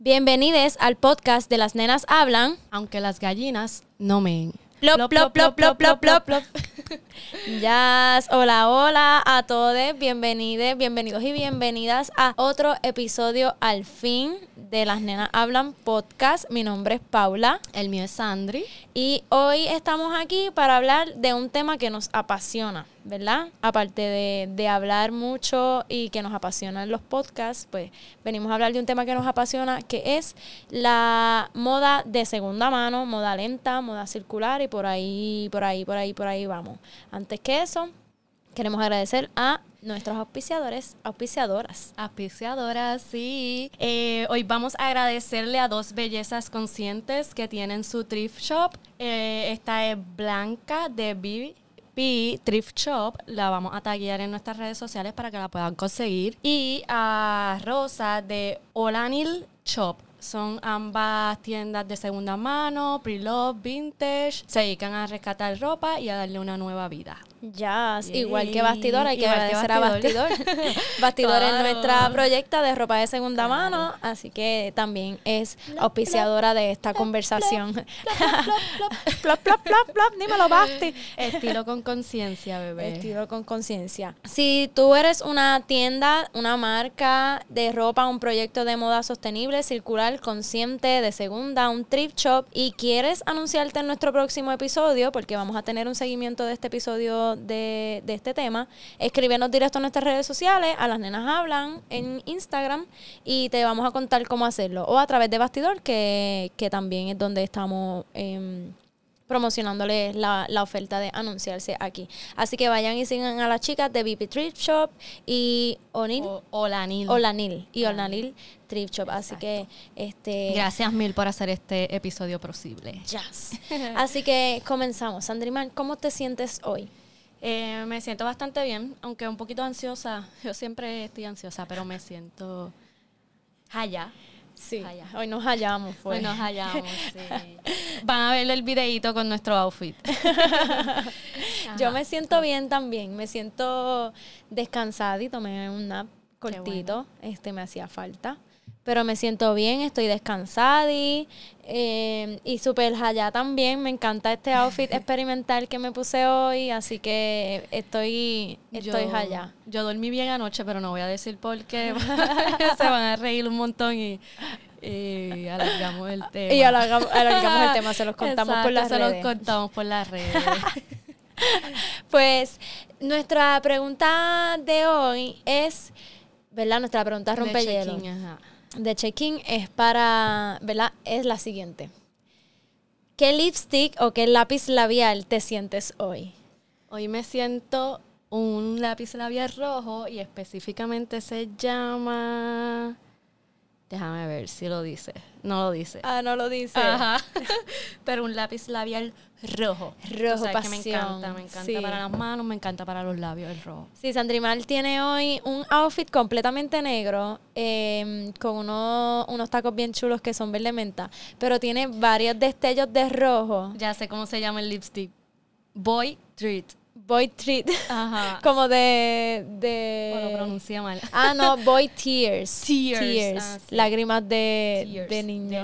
Bienvenidos al podcast de Las Nenas Hablan. Aunque las gallinas no meen. Plop, plop, plop, plop, plop, plop, plop. Yes. Hola a todos. Bienvenidos y bienvenidas a otro episodio al fin de Las Nenas Hablan podcast. Mi nombre es Paula. El mío es Sandri. Y hoy estamos aquí para hablar de un tema que nos apasiona, ¿verdad? Aparte de hablar mucho y que nos apasionan los podcasts, pues venimos a hablar de un tema que nos apasiona, que es la moda de segunda mano, moda lenta, moda circular y por ahí vamos. Antes que eso, queremos agradecer a nuestros auspiciadoras, sí. Hoy vamos a agradecerle a dos bellezas conscientes que tienen su thrift shop. Esta es Blanca de BB Thrift Shop. La vamos a taguear en nuestras redes sociales para que la puedan conseguir. Y a Rosa de Olanil Shop. Son ambas tiendas de segunda mano, pre-love, vintage. Se dedican a rescatar ropa y a darle una nueva vida. Yes. Igual que Bastidor, hay que agradecer a Bastidor. Bastidor Claro. es nuestra proyecta de ropa de segunda mano, así que también es auspiciadora de esta conversación. Plop, plop, plop, plop, dímelo, Basti. Estilo con conciencia, bebé. Estilo con conciencia. Si tú eres una tienda, una marca de ropa, un proyecto de moda sostenible, circular, consciente, de segunda, un thrift shop y quieres anunciarte en nuestro próximo episodio, porque vamos a tener un seguimiento de este episodio de este tema, escríbenos directo en nuestras redes sociales, a Las Nenas Hablan en Instagram y te vamos a contar cómo hacerlo. O a través de Bastidor, que también es donde estamos promocionándoles la oferta de anunciarse aquí. Así que vayan y sigan a las chicas de BP Thrift Shop y Olanil Thrift Shop. Así que Gracias mil por hacer este episodio posible. Yes. Así que comenzamos. Sandrimar, ¿cómo te sientes hoy? Me siento bastante bien, aunque un poquito ansiosa. Yo siempre estoy ansiosa, pero me siento allá. Sí, hoy nos hallamos. Hoy nos hallamos, sí. Van a ver el videíto con nuestro outfit. Yo me siento bien también. Me siento descansada y tomé un nap cortito. Bueno. Me hacía falta. Pero me siento bien, estoy descansada y súper allá también. Me encanta este outfit experimental que me puse hoy, así que estoy allá. Yo dormí bien anoche, pero no voy a decir por qué. Se van a reír un montón y alargamos el tema. Y alargamos el tema, se los contamos. Exacto, por las redes. Se los contamos por las redes. Pues nuestra pregunta de hoy es, ¿verdad? Nuestra pregunta rompehielo de check-in es para, ¿verdad? Es la siguiente. ¿Qué lipstick o qué lápiz labial te sientes hoy? Hoy me siento un lápiz labial rojo y específicamente se llama... Déjame ver si lo dice. No lo dice. Ah, no lo dice. Ajá. Pero un lápiz labial rojo. Rojo, pasión. que me encanta sí. Para las manos, me encanta para los labios el rojo. Sí, Sandrimal tiene hoy un outfit completamente negro con unos tacos bien chulos que son verde menta, pero tiene varios destellos de rojo. Ya sé cómo se llama el lipstick. Boy Treat. Boy Treat. Ajá. Como de... O lo pronuncia mal. Ah, no, Boy Tears. Tears. Ah, sí. Lágrimas de niño.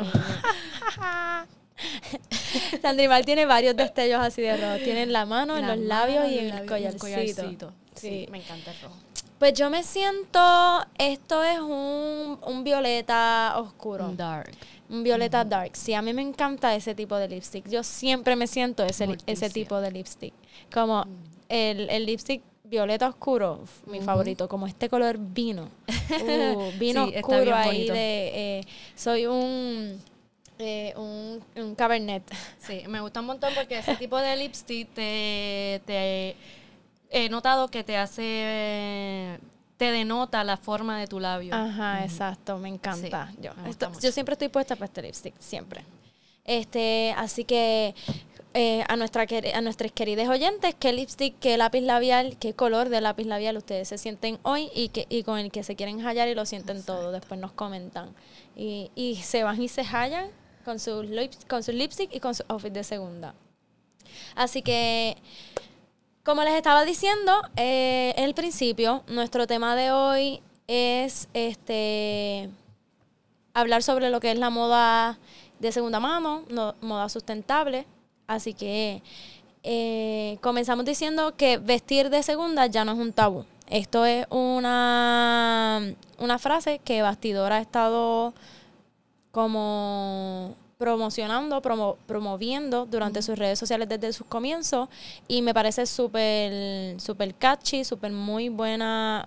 Sandrimal tiene varios destellos así de rojo. Tiene en la mano, en los labios y en el collarcito. Sí, me encanta el rojo. Pues yo me siento... Esto es un violeta oscuro. Un violeta dark. Sí, a mí me encanta ese tipo de lipstick. Yo siempre me siento ese tipo de lipstick. Como el lipstick violeta oscuro, mi favorito. Como este color vino. Vino sí, oscuro ahí bonito. soy un cabernet. Sí, me gusta un montón porque ese tipo de lipstick te he notado que te hace... te denota la forma de tu labio. Ajá, exacto, me encanta. Sí, yo siempre estoy puesta para este lipstick, siempre. Así que a nuestras queridas oyentes, ¿qué lipstick, qué lápiz labial, qué color de lápiz labial ustedes se sienten hoy y con el que se quieren hallar y lo sienten todo? Después nos comentan. Y se van y se hallan con su lipstick y con su outfit de segunda. Así que... Como les estaba diciendo en el principio, nuestro tema de hoy es hablar sobre lo que es la moda de segunda mano, moda sustentable. Así que comenzamos diciendo que vestir de segunda ya no es un tabú. Esto es una frase que Bastidor ha estado como promocionando, promoviendo durante sus redes sociales desde sus comienzos, y me parece súper catchy, muy buena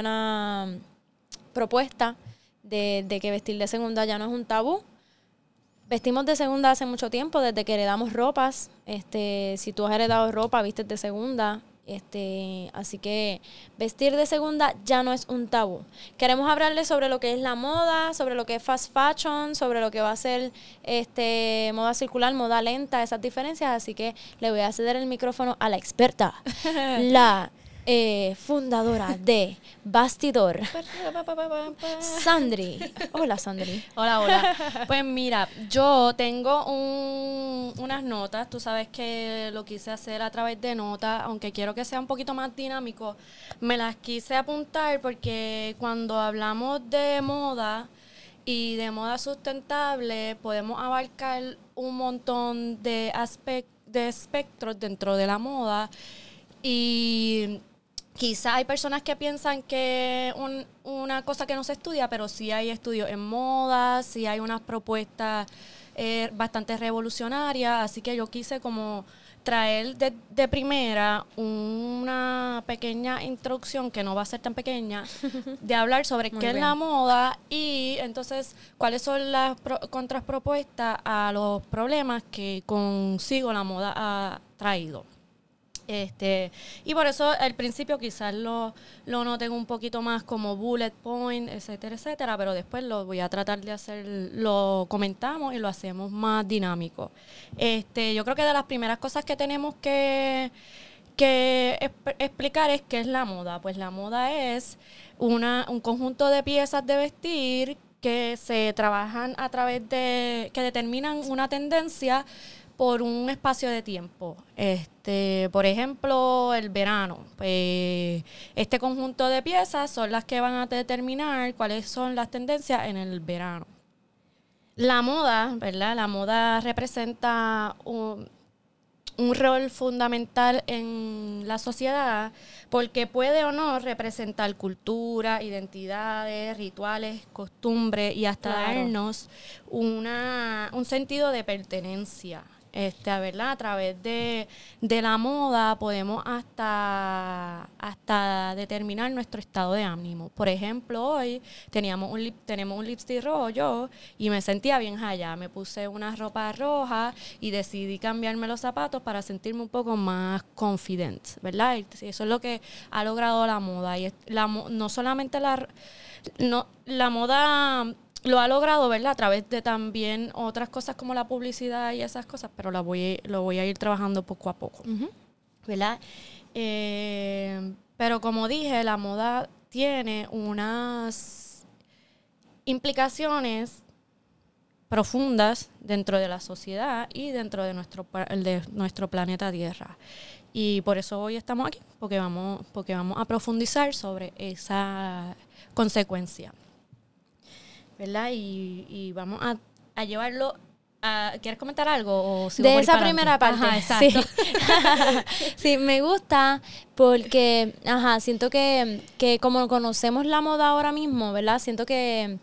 propuesta de que vestir de segunda ya no es un tabú. Vestimos de segunda hace mucho tiempo, desde que heredamos ropas. Si tú has heredado ropa, vistes de segunda. Así que vestir de segunda ya no es un tabú. Queremos hablarles sobre lo que es la moda, sobre lo que es fast fashion, sobre lo que va a ser moda circular, moda lenta, esas diferencias. Así que le voy a ceder el micrófono a la experta, la fundadora de Bastidor, Sandri. Hola, Sandri. Hola. Pues mira, yo tengo unas notas. Tú sabes que lo quise hacer a través de notas, aunque quiero que sea un poquito más dinámico. Me las quise apuntar porque cuando hablamos de moda y de moda sustentable, podemos abarcar un montón de espectros dentro de la moda. Y quizá hay personas que piensan que una cosa que no se estudia, pero sí hay estudios en moda, sí hay unas propuestas bastante revolucionarias, así que yo quise como traer de primera una pequeña introducción, que no va a ser tan pequeña, de hablar sobre qué es la moda y entonces cuáles son las contrapropuestas a los problemas que consigo la moda ha traído. Y por eso al principio quizás lo noten un poquito más como bullet point, etcétera, pero después lo voy a tratar de hacer, lo comentamos y lo hacemos más dinámico. Yo creo que de las primeras cosas que tenemos que explicar es qué es la moda. Pues la moda es un conjunto de piezas de vestir que se trabajan a través de, que determinan una tendencia por un espacio de tiempo. Por ejemplo, el verano. Pues, este conjunto de piezas son las que van a determinar cuáles son las tendencias en el verano. La moda, ¿verdad? La moda representa un rol fundamental en la sociedad porque puede o no representar cultura, identidades, rituales, costumbres y hasta darnos un sentido de pertenencia. ¿Verdad? A través de la moda podemos hasta determinar nuestro estado de ánimo. Por ejemplo, hoy tenemos un lipstick rojo yo y me sentía bien jaya. Me puse una ropa roja y decidí cambiarme los zapatos para sentirme un poco más confident, ¿verdad? Y eso es lo que ha logrado la moda. Y no solamente la moda lo ha logrado, ¿verdad? A través de también otras cosas como la publicidad y esas cosas, pero lo voy a ir trabajando poco a poco, ¿verdad? Pero como dije, la moda tiene unas implicaciones profundas dentro de la sociedad y dentro de nuestro planeta Tierra. Y por eso hoy estamos aquí, porque vamos a profundizar sobre esa consecuencia, ¿verdad? Y vamos a llevarlo a... ¿Quieres comentar algo? O de esa primera parte. Ajá, exacto. Sí. Sí, me gusta porque, siento que como conocemos la moda ahora mismo, ¿verdad? Siento que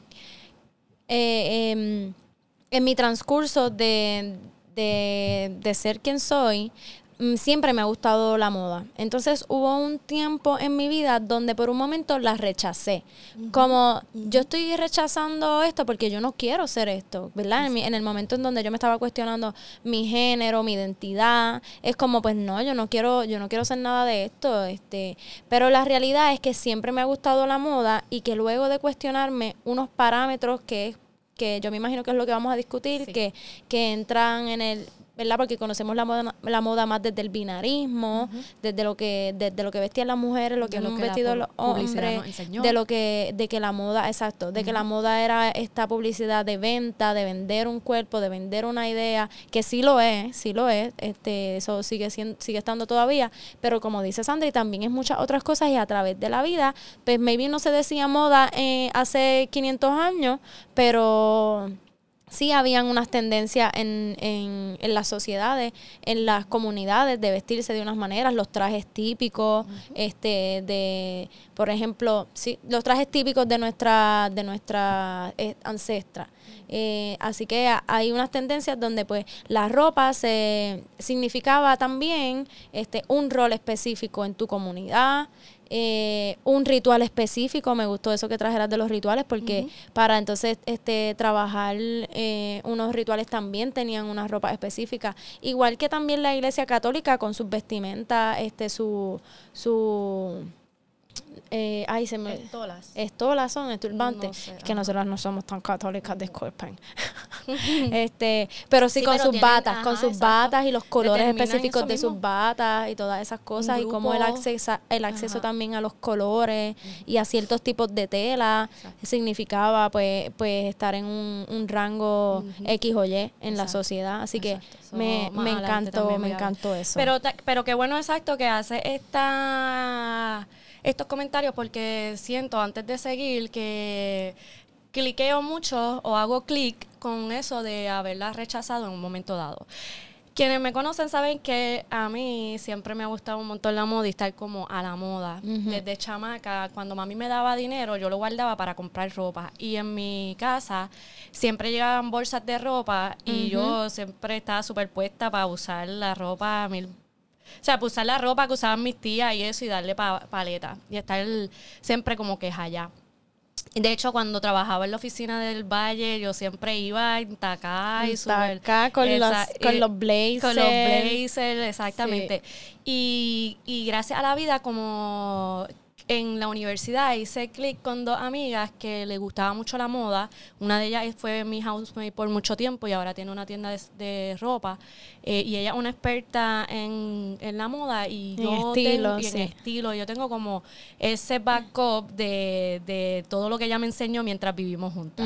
en mi transcurso de ser quien soy, siempre me ha gustado la moda. Entonces hubo un tiempo en mi vida donde por un momento la rechacé. Como yo estoy rechazando esto porque yo no quiero ser esto, ¿verdad? En el momento en donde yo me estaba cuestionando mi género, mi identidad, es como pues no, yo no quiero ser nada de esto. Pero la realidad es que siempre me ha gustado la moda y que luego de cuestionarme unos parámetros que yo me imagino que es lo que vamos a discutir, que entran en ¿verdad? Porque conocemos la moda más desde el binarismo, desde lo que vestían las mujeres, lo que hemos vestido los hombres, de que la moda, exacto, de que la moda era esta publicidad de venta, de vender un cuerpo, de vender una idea, que sí lo es, eso sigue estando todavía, pero como dice Sandra, también es muchas otras cosas y a través de la vida, pues maybe no se decía moda hace 500 años, pero sí habían unas tendencias en las sociedades, en las comunidades de vestirse de unas maneras, los trajes típicos, por ejemplo, sí, los trajes típicos de nuestra ancestras. Así que hay unas tendencias donde pues la ropa significaba también un rol específico en tu comunidad, un ritual específico. Me gustó eso que trajeras de los rituales, porque para entonces trabajar unos rituales también tenían una ropa específica, igual que también la Iglesia Católica con sus vestimentas, estolas son turbantes. No sé, es que nosotras no somos tan católicas, disculpen. Pero sí, con sus batas y los colores específicos de sus batas y todas esas cosas, y como el acceso también a los colores y a ciertos tipos de tela significaba pues estar en un rango X o Y en la sociedad. Así que me encantó eso. Pero qué bueno, exacto, que hace estos comentarios, porque siento, antes de seguir, que cliqueo mucho o hago clic con eso de haberla rechazado en un momento dado. Quienes me conocen saben que a mí siempre me ha gustado un montón la moda y estar como a la moda. Desde chamaca, cuando mami me daba dinero, yo lo guardaba para comprar ropa. Y en mi casa siempre llegaban bolsas de ropa y yo siempre estaba súper puesta para usar la ropa o sea, para usar la ropa que usaban mis tías y eso, y darle paleta. Y estar siempre como que allá. De hecho, cuando trabajaba en la oficina del Valle, yo siempre iba en tacá y con los blazers. Con los blazers, exactamente. Sí. Y gracias a la vida, como en la universidad hice clic con dos amigas que les gustaba mucho la moda. Una de ellas fue mi housemate por mucho tiempo y ahora tiene una tienda de ropa. Y ella es una experta en la moda y en estilo. Yo tengo como ese backup de todo lo que ella me enseñó mientras vivimos juntas.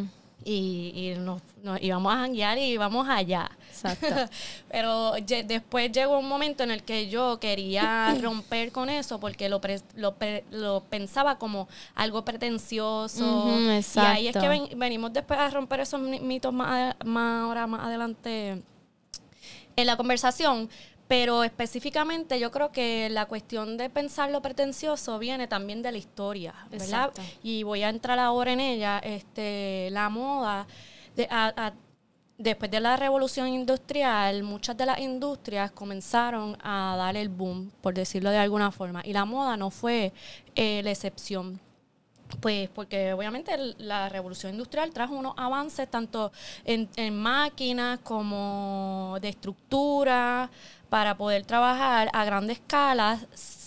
Y nos íbamos a janguear y íbamos allá. Exacto. Pero después llegó un momento en el que yo quería romper con eso, porque lo pensaba como algo pretencioso. Y ahí es que venimos después a romper esos mitos más adelante en la conversación. Pero específicamente yo creo que la cuestión de pensar lo pretencioso viene también de la historia, ¿verdad? Exacto. Y voy a entrar ahora en ella. La moda, después de la revolución industrial, muchas de las industrias comenzaron a dar el boom, por decirlo de alguna forma. Y la moda no fue la excepción. Pues porque obviamente la revolución industrial trajo unos avances tanto en máquinas como de estructura para poder trabajar a grande escala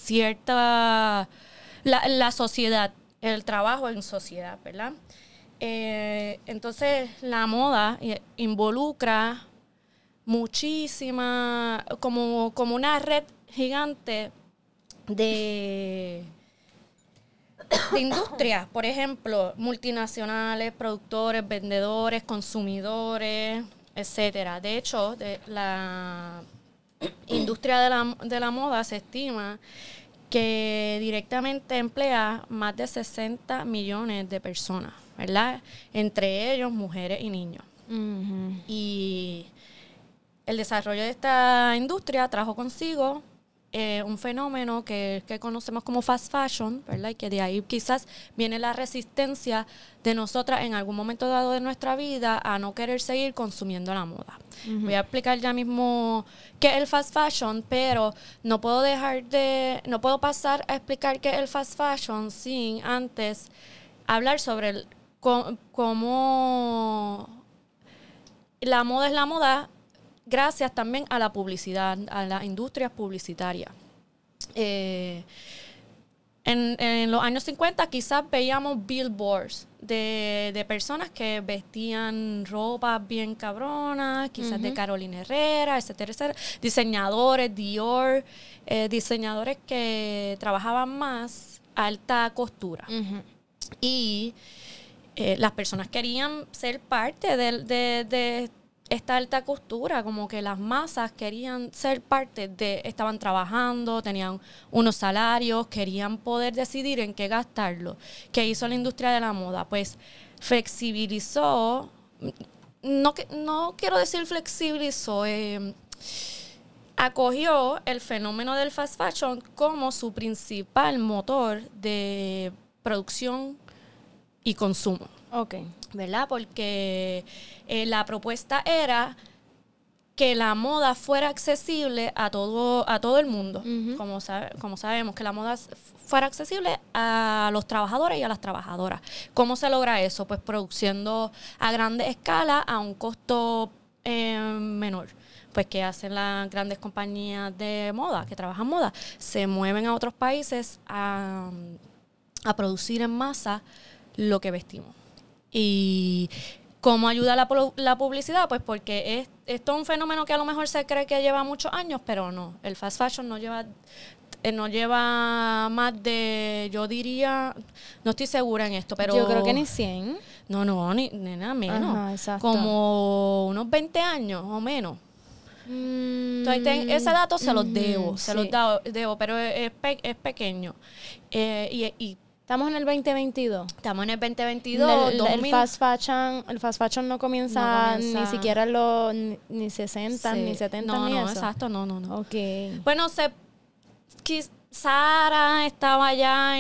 la sociedad, el trabajo en sociedad, ¿verdad? Entonces la moda involucra muchísima, como una red gigante de industrias, por ejemplo, multinacionales, productores, vendedores, consumidores, etcétera. De hecho, la industria de la moda se estima que directamente emplea más de 60 millones de personas, ¿verdad? Entre ellos mujeres y niños. Y el desarrollo de esta industria trajo consigo un fenómeno que conocemos como fast fashion, ¿verdad? Y que de ahí quizás viene la resistencia de nosotras en algún momento dado de nuestra vida a no querer seguir consumiendo la moda. Voy a explicar ya mismo qué es el fast fashion, pero no puedo pasar a explicar qué es el fast fashion sin antes hablar sobre cómo la moda es la moda, gracias también a la publicidad, a las industrias publicitarias. En los años 50 quizás veíamos billboards de personas que vestían ropa bien cabronas, quizás de Carolina Herrera, etcétera, etcétera. Diseñadores, Dior, diseñadores que trabajaban más alta costura. Y las personas querían ser parte de esta alta costura, como que las masas querían ser parte estaban trabajando, tenían unos salarios, querían poder decidir en qué gastarlo. ¿Qué hizo la industria de la moda? Pues flexibilizó, no quiero decir flexibilizó, acogió el fenómeno del fast fashion como su principal motor de producción y consumo. Ok. ¿Verdad? Porque la propuesta era que la moda fuera accesible a todo el mundo. Como sabemos, que la moda fuera accesible a los trabajadores y a las trabajadoras. ¿Cómo se logra eso? Pues produciendo a grande escala a un costo menor. Pues, ¿qué hacen las grandes compañías de moda, que trabajan moda? Se mueven a otros países a producir en masa lo que vestimos. ¿Y cómo ayuda la publicidad? Pues porque es todo un fenómeno que a lo mejor se cree que lleva muchos años, pero no. El fast fashion no lleva más de, yo diría, no estoy segura en esto, pero... Yo creo que ni 100. No, ni nada menos. Ajá, exacto. Como unos 20 años o menos. Entonces, ese dato se los debo, debo, pero es pequeño. Y estamos en el 2022. Estamos en el 2022. El fast fashion no comienza ni siquiera en los ni 60, ni 70, ni eso. Exacto, no. Okay. Bueno, Sara estaba ya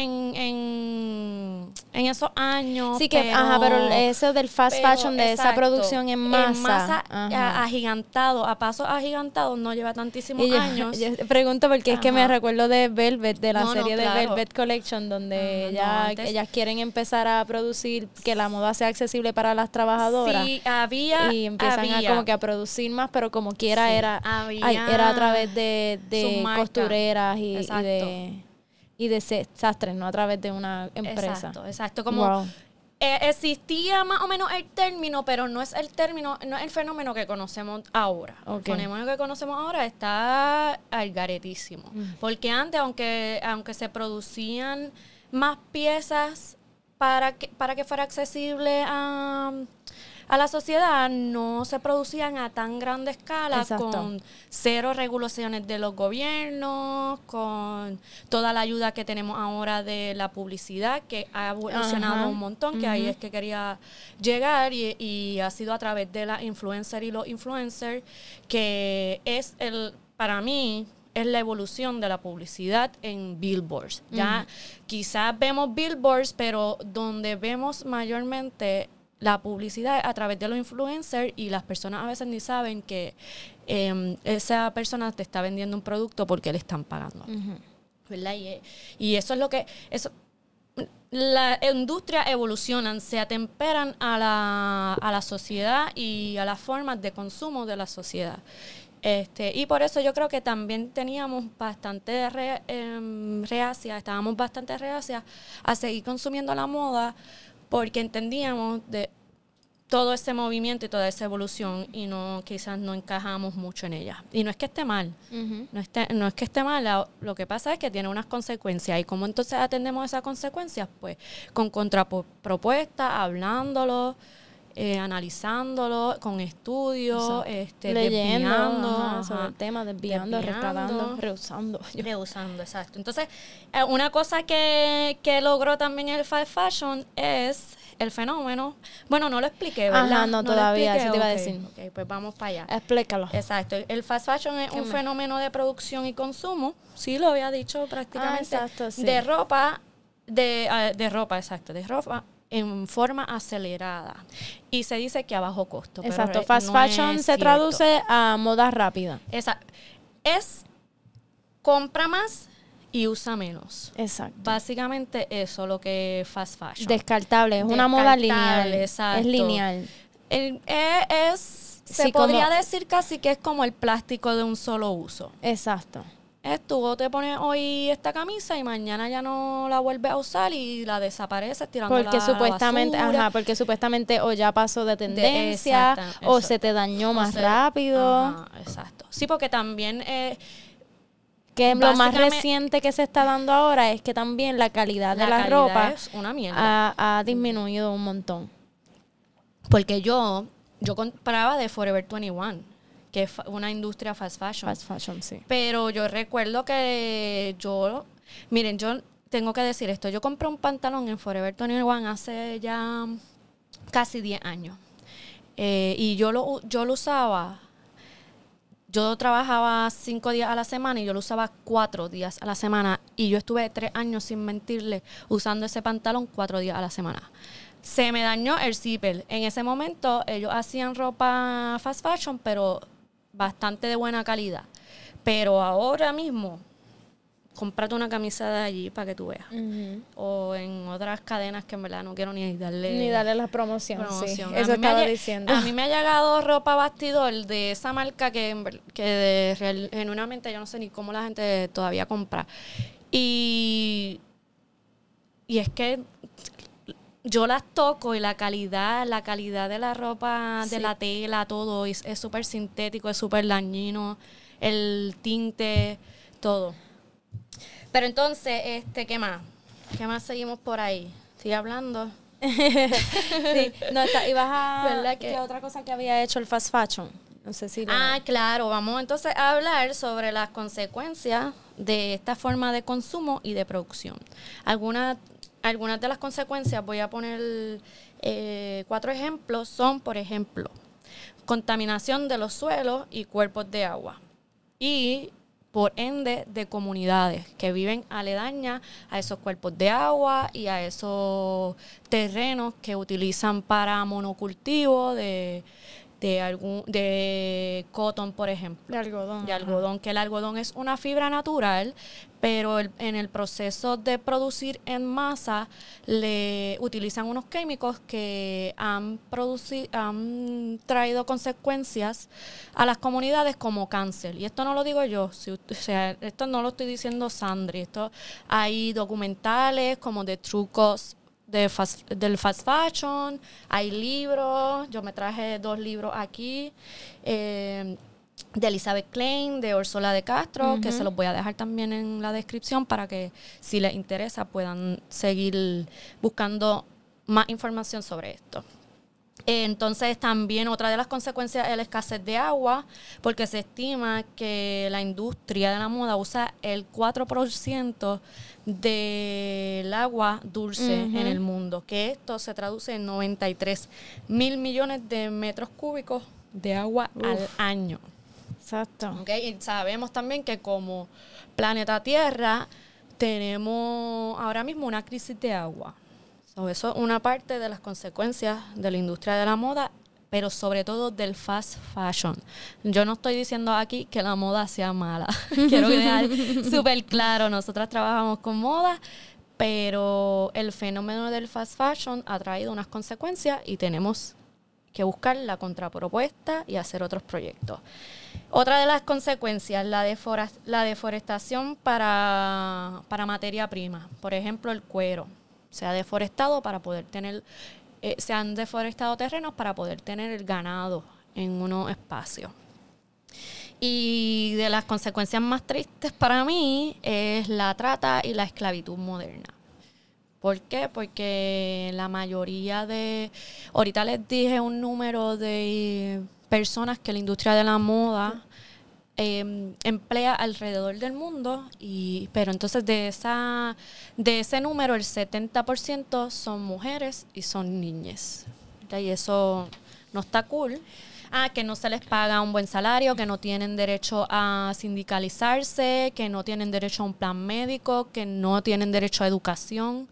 en esos años. Sí, pero eso del fast fashion, de esa producción en masa. Agigantado, a pasos agigantados, no lleva tantísimos años. Yo pregunto porque es que me recuerdo de Velvet, de la serie de Velvet Collection, donde ellas quieren empezar a producir, que la moda sea accesible para las trabajadoras. Sí, y empiezan como que a producir más, pero como quiera era a través de costureras y de sastres, no a través de una empresa. Exacto. Como existía más o menos el término, pero no es el fenómeno que conocemos ahora. Okay. El fenómeno que conocemos ahora está algaretísimo. Porque antes, aunque se producían más piezas para que fuera accesible a la sociedad, no se producían a tan grande escala. Exacto. Con cero regulaciones de los gobiernos, con toda la ayuda que tenemos ahora de la publicidad, que ha evolucionado un montón, que ahí es que quería llegar, y ha sido a través de la influencer y los influencers, que es para mí, es la evolución de la publicidad en billboards. Ya quizás vemos billboards, pero donde vemos mayormente la publicidad a través de los influencers, y las personas a veces ni saben que esa persona te está vendiendo un producto porque le están pagando. ¿Verdad? Y eso es lo que... la industria evolucionan, se atemperan a la sociedad y a las formas de consumo de la sociedad. Y por eso yo creo que también teníamos bastante estábamos bastante reacias a seguir consumiendo la moda, porque entendíamos de todo ese movimiento y toda esa evolución, y quizás no encajamos mucho en ella. Y no es que esté mal, no es que esté mal, lo que pasa es que tiene unas consecuencias. ¿Y cómo entonces atendemos esas consecuencias? Pues con contrapropuestas, hablándolo, analizándolo, con estudios, leyendo sobre el tema, desviando, rescatando, reusando, exacto. Entonces, una cosa que logró también el fast fashion es el fenómeno. Bueno, no lo expliqué, ¿verdad? No todavía, eso te iba a decir. Okay, pues vamos para allá. Explícalo. Exacto. El fast fashion es un fenómeno de producción y consumo, sí lo había dicho prácticamente, exacto, sí. de ropa en forma acelerada. Y se dice que a bajo costo. Exacto. Pero Fast fashion se cierto. traduce a moda rápida. Es compra más y usa menos. Exacto. Básicamente eso, lo que es fast fashion. Descartable. Es una moda lineal. Exacto. Es lineal. Se podría decir casi que es como el plástico de un solo uso. Exacto. tú te pones hoy esta camisa y mañana ya no la vuelves a usar y la desapareces tirándola Porque a la supuestamente, basura. porque supuestamente o ya pasó de tendencia o se te dañó más rápido. Ajá, exacto. Sí, porque también que lo más reciente que se está dando ahora es que también la calidad de la ropa es una mierda. ha disminuido un montón. Porque yo compraba de Forever 21, que es una industria fast fashion. Fast fashion, sí. Pero yo recuerdo que miren, yo tengo que decir esto, yo compré un pantalón en Forever 21 hace ya casi 10 años. Y yo lo usaba, yo trabajaba 5 días a la semana y yo lo usaba 4 días a la semana. Y yo estuve 3 años, sin mentirle, usando ese pantalón 4 días a la semana. Se me dañó el zipper. En ese momento ellos hacían ropa fast fashion, pero bastante de buena calidad. Pero ahora mismo, cómprate una camisa de allí para que tú veas. O en otras cadenas que en verdad no quiero ni darle la promoción. Sí. Eso estaba diciendo. A mí me ha llegado ropa bastidor de esa marca que genuinamente yo no sé ni cómo la gente todavía compra. Y es que yo las toco y la calidad de la ropa, de la tela, todo es súper sintético, es súper dañino, el tinte, todo. Pero entonces, ¿qué más? ¿Qué más seguimos por ahí? ¿Sigue hablando? Sí, no, ibas a... ¿Verdad que? ¿Qué otra cosa que había hecho el fast fashion? No sé si... Claro, vamos entonces a hablar sobre las consecuencias de esta forma de consumo y de producción. Algunas de las consecuencias, voy a poner 4 ejemplos, son, por ejemplo, contaminación de los suelos y cuerpos de agua. Y, por ende, de comunidades que viven aledañas a esos cuerpos de agua y a esos terrenos que utilizan para monocultivo de cotton, por ejemplo. De algodón. De algodón, que el algodón es una fibra natural, pero en el proceso de producir en masa le utilizan unos químicos que han traído consecuencias a las comunidades como cáncer. Y esto no lo digo yo, esto no lo estoy diciendo Sandri. Hay documentales como The True Cost del fast fashion, hay libros, yo me traje 2 libros aquí, de Elizabeth Klein, de Ursula de Castro, que se los voy a dejar también en la descripción para que si les interesa puedan seguir buscando más información sobre esto. Entonces también otra de las consecuencias es la escasez de agua, porque se estima que la industria de la moda usa el 4% del agua dulce en el mundo, que esto se traduce en 93 mil millones de metros cúbicos de agua al año. Exacto. ¿Okay? Y sabemos también que como planeta Tierra tenemos ahora mismo una crisis de agua. Eso es una parte de las consecuencias de la industria de la moda, pero sobre todo del fast fashion. Yo no estoy diciendo aquí que la moda sea mala. Quiero dejar súper claro, nosotras trabajamos con moda, pero el fenómeno del fast fashion ha traído unas consecuencias y tenemos que buscar la contrapropuesta y hacer otros proyectos. Otra de las consecuencias, la deforestación para materia prima. Por ejemplo, el cuero. Se ha deforestado para poder tener, se han deforestado terrenos para poder tener el ganado en unos espacios. Y de las consecuencias más tristes para mí es la trata y la esclavitud moderna. ¿Por qué? Porque la mayoría ahorita les dije un número de personas que la industria de la moda emplea alrededor del mundo, pero entonces de ese número el 70% son mujeres y son niñas. Y eso no está cool. Que no se les paga un buen salario, que no tienen derecho a sindicalizarse, que no tienen derecho a un plan médico, que no tienen derecho a educación.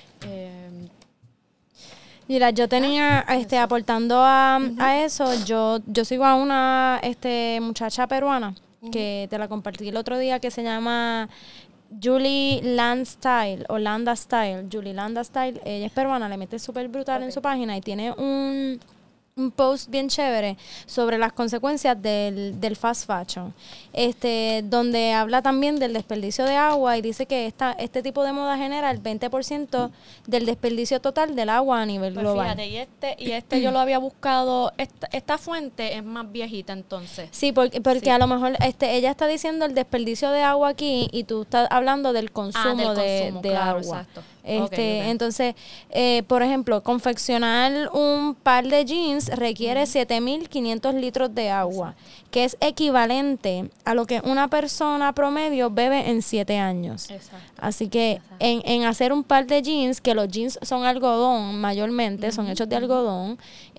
Mira, yo tenía, aportando a eso, yo sigo a una muchacha peruana que te la compartí el otro día, que se llama Julie Landstyle, o Landa Style, Julie Landa Style. Ella es peruana, le mete súper brutal en su página y tiene un un post bien chévere sobre las consecuencias del fast fashion, donde habla también del desperdicio de agua y dice que este tipo de moda genera el 20% del desperdicio total del agua a nivel Pues global. fíjate, y este yo lo había buscado, esta fuente es más viejita entonces. Sí, porque Sí. a lo mejor ella está diciendo el desperdicio de agua aquí y tú estás hablando del consumo, del consumo, de claro, agua. exacto. Okay. Entonces, por ejemplo, confeccionar un par de jeans requiere 7.500 litros de agua, que es equivalente a lo que una persona promedio bebe en 7 años. Exacto. Así que en hacer un par de jeans, que los jeans son algodón mayormente, son hechos de algodón,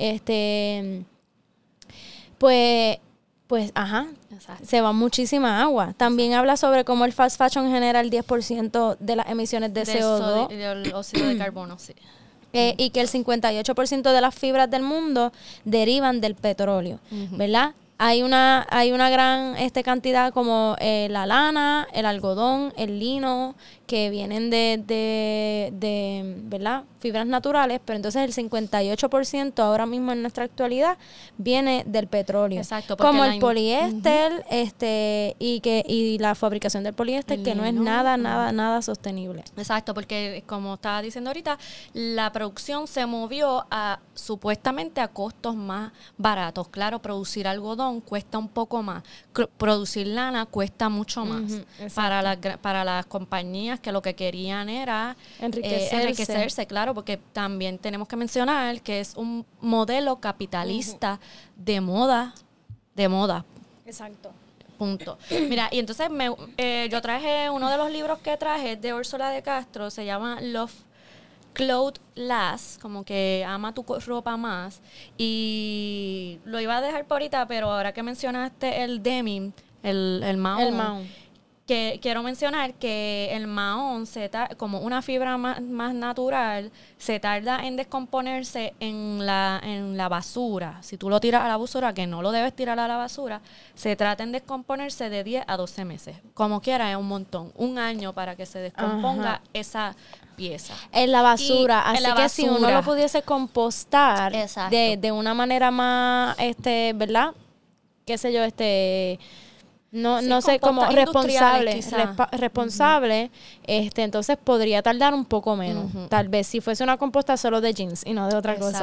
pues, Exacto. se va muchísima agua. También habla sobre cómo el fast fashion genera el 10% de las emisiones de CO2. Del óxido de carbono, sí. Y que el 58% de las fibras del mundo derivan del petróleo, ¿verdad? Hay una gran cantidad como la lana, el algodón, el lino, que vienen de ¿verdad? Fibras naturales, pero entonces el 58% ahora mismo en nuestra actualidad viene del petróleo. Exacto, como el poliéster, y la fabricación del poliéster, que no es nada sostenible. Exacto, porque como estaba diciendo ahorita, la producción se movió supuestamente a costos más baratos. Claro, producir algodón cuesta un poco más, producir lana cuesta mucho más. Para las compañías que lo que querían era enriquecerse, claro, porque también tenemos que mencionar que es un modelo capitalista de moda. Exacto. Punto. Mira, y entonces yo traje uno de los libros que traje de Úrsula de Castro, se llama Love Clothes Last, como que ama tu ropa más, y lo iba a dejar por ahorita, pero ahora que mencionaste el denim, el mahón, que quiero mencionar que el mahón, como una fibra más natural, se tarda en descomponerse en la basura. Si tú lo tiras a la basura, que no lo debes tirar a la basura, se trata en descomponerse de 10 a 12 meses. Como quiera, es un montón. Un año para que se descomponga esa pieza. En la basura. Así que si uno lo pudiese compostar de una manera más, ¿verdad? Qué sé yo, no sé, como responsable, entonces podría tardar un poco menos. Tal vez si fuese una composta solo de jeans y no de otra cosa.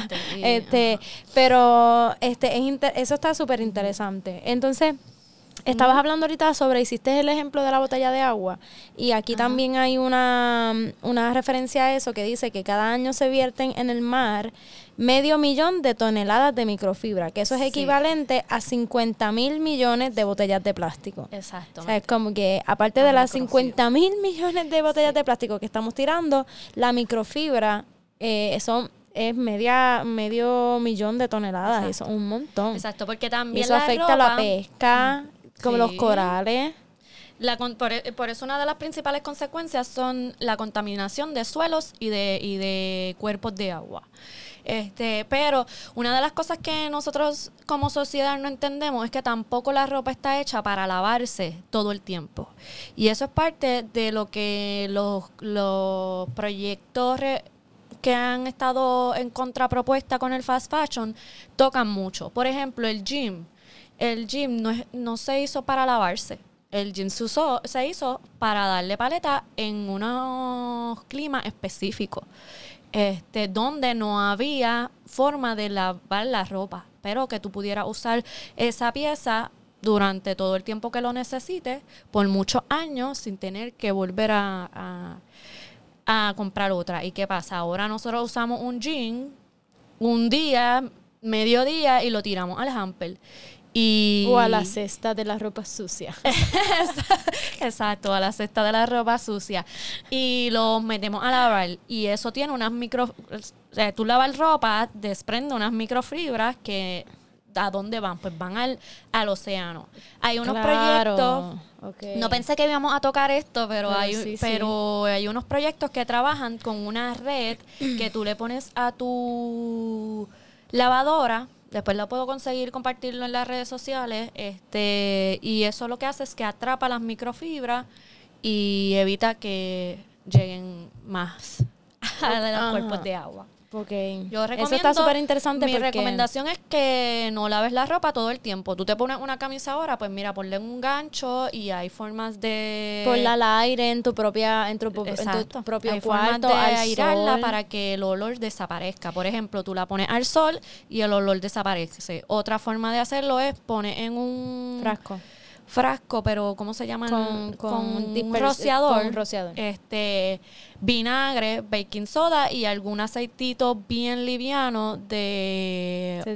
Pero eso está súper interesante. Entonces, estabas hablando ahorita hiciste el ejemplo de la botella de agua, y aquí también hay una referencia a eso que dice que cada año se vierten en el mar 500,000 de toneladas de microfibra, que eso es equivalente a 50,000 millones de botellas de plástico. Exacto. O sea, es como que aparte de las 50,000 millones de botellas de plástico que estamos tirando, la microfibra es medio millón de toneladas. Eso es un montón. Exacto, porque también eso afecta a la pesca, como los corales. Por eso una de las principales consecuencias son la contaminación de suelos y de cuerpos de agua. Pero una de las cosas que nosotros como sociedad no entendemos es que tampoco la ropa está hecha para lavarse todo el tiempo. Y eso es parte de lo que los proyectos que han estado en contrapropuesta con el fast fashion tocan mucho. Por ejemplo, el gym. El gym no se hizo para lavarse. El gym se hizo para darle paleta en unos climas específicos, donde no había forma de lavar la ropa, pero que tú pudieras usar esa pieza durante todo el tiempo que lo necesites, por muchos años, sin tener que volver a comprar otra. ¿Y qué pasa? Ahora nosotros usamos un jean un día, mediodía, y lo tiramos al hamper. O a la cesta de la ropa sucia. Exacto, a la cesta de la ropa sucia. Y lo metemos a lavar. Y eso tiene unas tú lavas ropa, desprende unas microfibras que ¿a dónde van? Pues van al océano. Hay unos proyectos. Okay. No pensé que íbamos a tocar esto, pero hay unos proyectos que trabajan con una red que tú le pones a tu lavadora. Después lo puedo conseguir, compartirlo en las redes sociales. Y eso lo que hace es que atrapa las microfibras y evita que lleguen más a los cuerpos de agua. porque Yo recomiendo, eso está súper interesante. Mi porque recomendación es que no laves la ropa todo el tiempo. Tú te pones una camisa ahora, pues mira, ponle un gancho y hay formas de... ponla al aire en tu propia en tu propio hay cuarto, formas de al airarla sol. para que el olor desaparezca. Por ejemplo, tú la pones al sol y el olor desaparece. Otra forma de hacerlo es poner en un frasco, pero ¿cómo se llama? Con un rociador. Con un rociador. Vinagre, baking soda y algún aceitito bien liviano de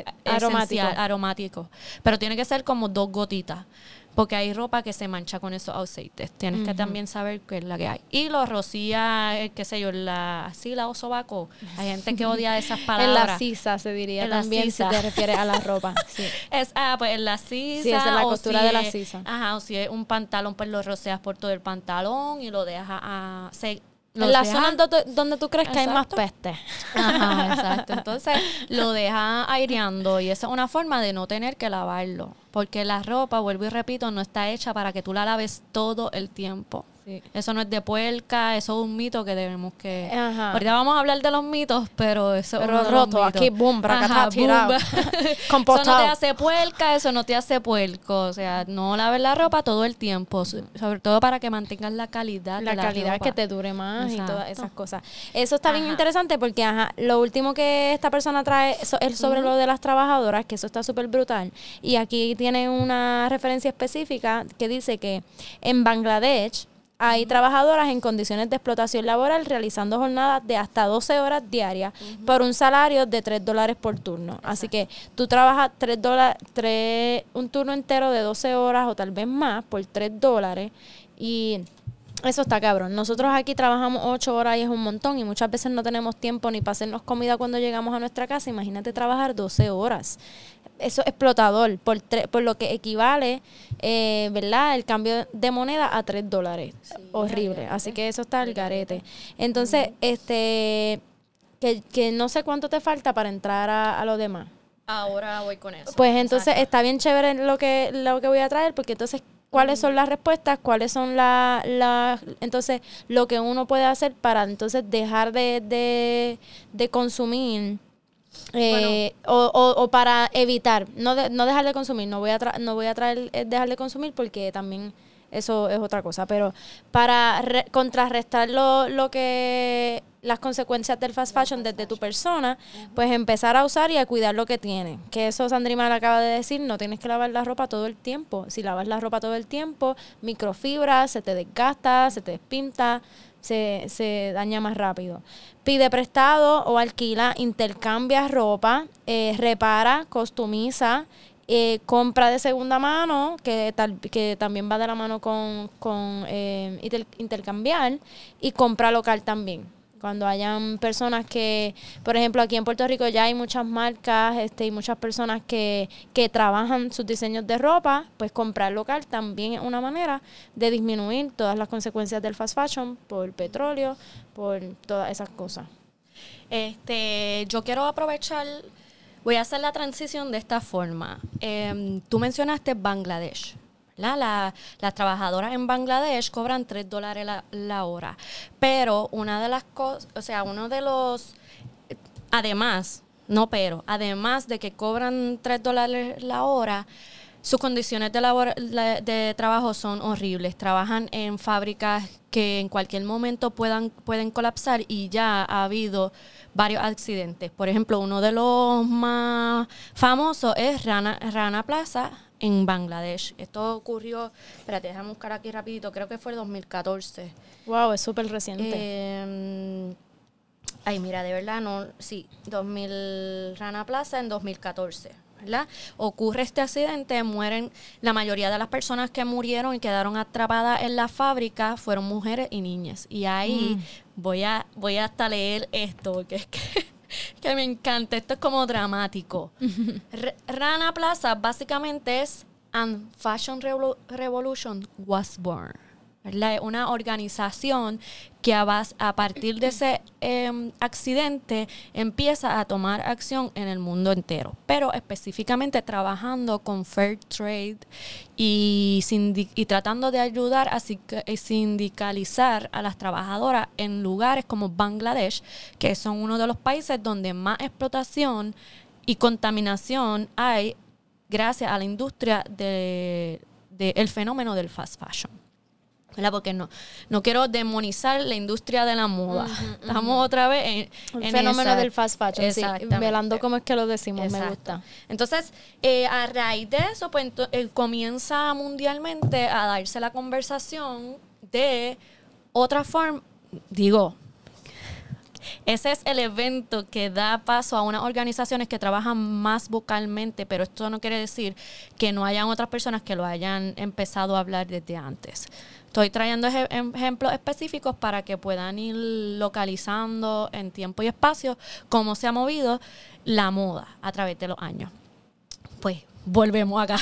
aromático. Pero tiene que ser como 2 gotitas. Porque hay ropa que se mancha con esos aceites. Tienes que también saber qué es la que hay. Y lo rocía, qué sé yo, la axila o sobaco. Hay gente que odia esas palabras. En la sisa se diría en también si te refieres a la ropa. Sí. Pues en la sisa. Sí, esa es la costura de la sisa. Ajá, o si es un pantalón, pues lo roceas por todo el pantalón y lo dejas en la zona donde tú crees que hay más peste. Ajá, exacto. Entonces lo dejas aireando y esa es una forma de no tener que lavarlo. Porque la ropa, vuelvo y repito, no está hecha para que tú la laves todo el tiempo. Sí. Eso no es de puerca, eso es un mito que debemos que... Ajá. Ahorita vamos a hablar de los mitos, pero eso es roto, aquí, boom, bracatá, tirado. Compostado. Eso no te hace puerca, eso no te hace puerco. O sea, no laves la ropa todo el tiempo, sobre todo para que mantengas la calidad de la calidad ropa. Que te dure más. Exacto. Y todas esas cosas. Eso está bien interesante porque, lo último que esta persona trae es sobre lo de las trabajadoras, que eso está súper brutal. Y aquí tiene una referencia específica que dice que en Bangladesh hay trabajadoras en condiciones de explotación laboral realizando jornadas de hasta 12 horas diarias por un salario de $3 por turno. Exacto. Así que tú trabajas un turno entero de 12 horas o tal vez más por $3 y eso está cabrón. Nosotros aquí trabajamos 8 horas y es un montón y muchas veces no tenemos tiempo ni para hacernos comida cuando llegamos a nuestra casa. Imagínate trabajar 12 horas. Eso es explotador, por lo que equivale, ¿verdad? El cambio de moneda a $3. Sí, horrible. Así que eso está al garete. Entonces, que no sé cuánto te falta para entrar a lo demás. Ahora voy con eso. Pues entonces está bien chévere lo que voy a traer, porque entonces, ¿cuáles son las respuestas? ¿Cuáles son entonces, lo que uno puede hacer para entonces dejar de consumir? O para evitar, no dejar de consumir, no voy a traer dejar de consumir porque también eso es otra cosa, pero para contrarrestar lo que las consecuencias del fast fashion desde tu persona, pues empezar a usar y a cuidar lo que tienes. Que eso Sandrima le acaba de decir, no tienes que lavar la ropa todo el tiempo. Si lavas la ropa todo el tiempo, microfibra, se te desgasta, se te despinta, se daña más rápido. Pide prestado o alquila, intercambia ropa, repara, customiza, compra de segunda mano, que también va de la mano con intercambiar, y compra local también. Cuando hayan personas que, por ejemplo, aquí en Puerto Rico ya hay muchas marcas y muchas personas que trabajan sus diseños de ropa, pues comprar local también es una manera de disminuir todas las consecuencias del fast fashion por petróleo, por todas esas cosas. Yo quiero aprovechar, voy a hacer la transición de esta forma. Tú mencionaste Bangladesh. Las trabajadoras en Bangladesh cobran $3 la hora. Pero una de las cosas, o sea, además de que cobran $3 la hora, sus condiciones de trabajo son horribles. Trabajan en fábricas que en cualquier momento pueden colapsar y ya ha habido varios accidentes. Por ejemplo, uno de los más famosos es Rana Plaza en Bangladesh. Esto ocurrió, espérate, déjame buscar aquí rapidito, creo que fue el 2014. Wow, es súper reciente. Mira, de verdad, Rana Plaza en 2014. ¿Verdad? Ocurre este accidente, mueren, la mayoría de las personas que murieron y quedaron atrapadas en la fábrica fueron mujeres y niñas. Y ahí voy a hasta leer esto, porque es que me encanta, esto es como dramático. Rana Plaza básicamente es And Fashion Revolution was born. ¿verdad? Es una organización que a partir de ese accidente empieza a tomar acción en el mundo entero, pero específicamente trabajando con fair trade y tratando de ayudar a sindicalizar a las trabajadoras en lugares como Bangladesh, que son uno de los países donde más explotación y contaminación hay gracias a la industria del fenómeno del fast fashion. ¿Verdad? Porque no quiero demonizar la industria de la moda. Estamos otra vez en el fenómeno del fast fashion. Sí, velando cómo es que lo decimos. Exacto. Me gusta. Entonces, a raíz de eso, pues comienza mundialmente a darse la conversación de otra forma. Ese es el evento que da paso a unas organizaciones que trabajan más vocalmente, pero esto no quiere decir que no hayan otras personas que lo hayan empezado a hablar desde antes. Estoy trayendo ejemplos específicos para que puedan ir localizando en tiempo y espacio cómo se ha movido la moda a través de los años. Pues volvemos acá,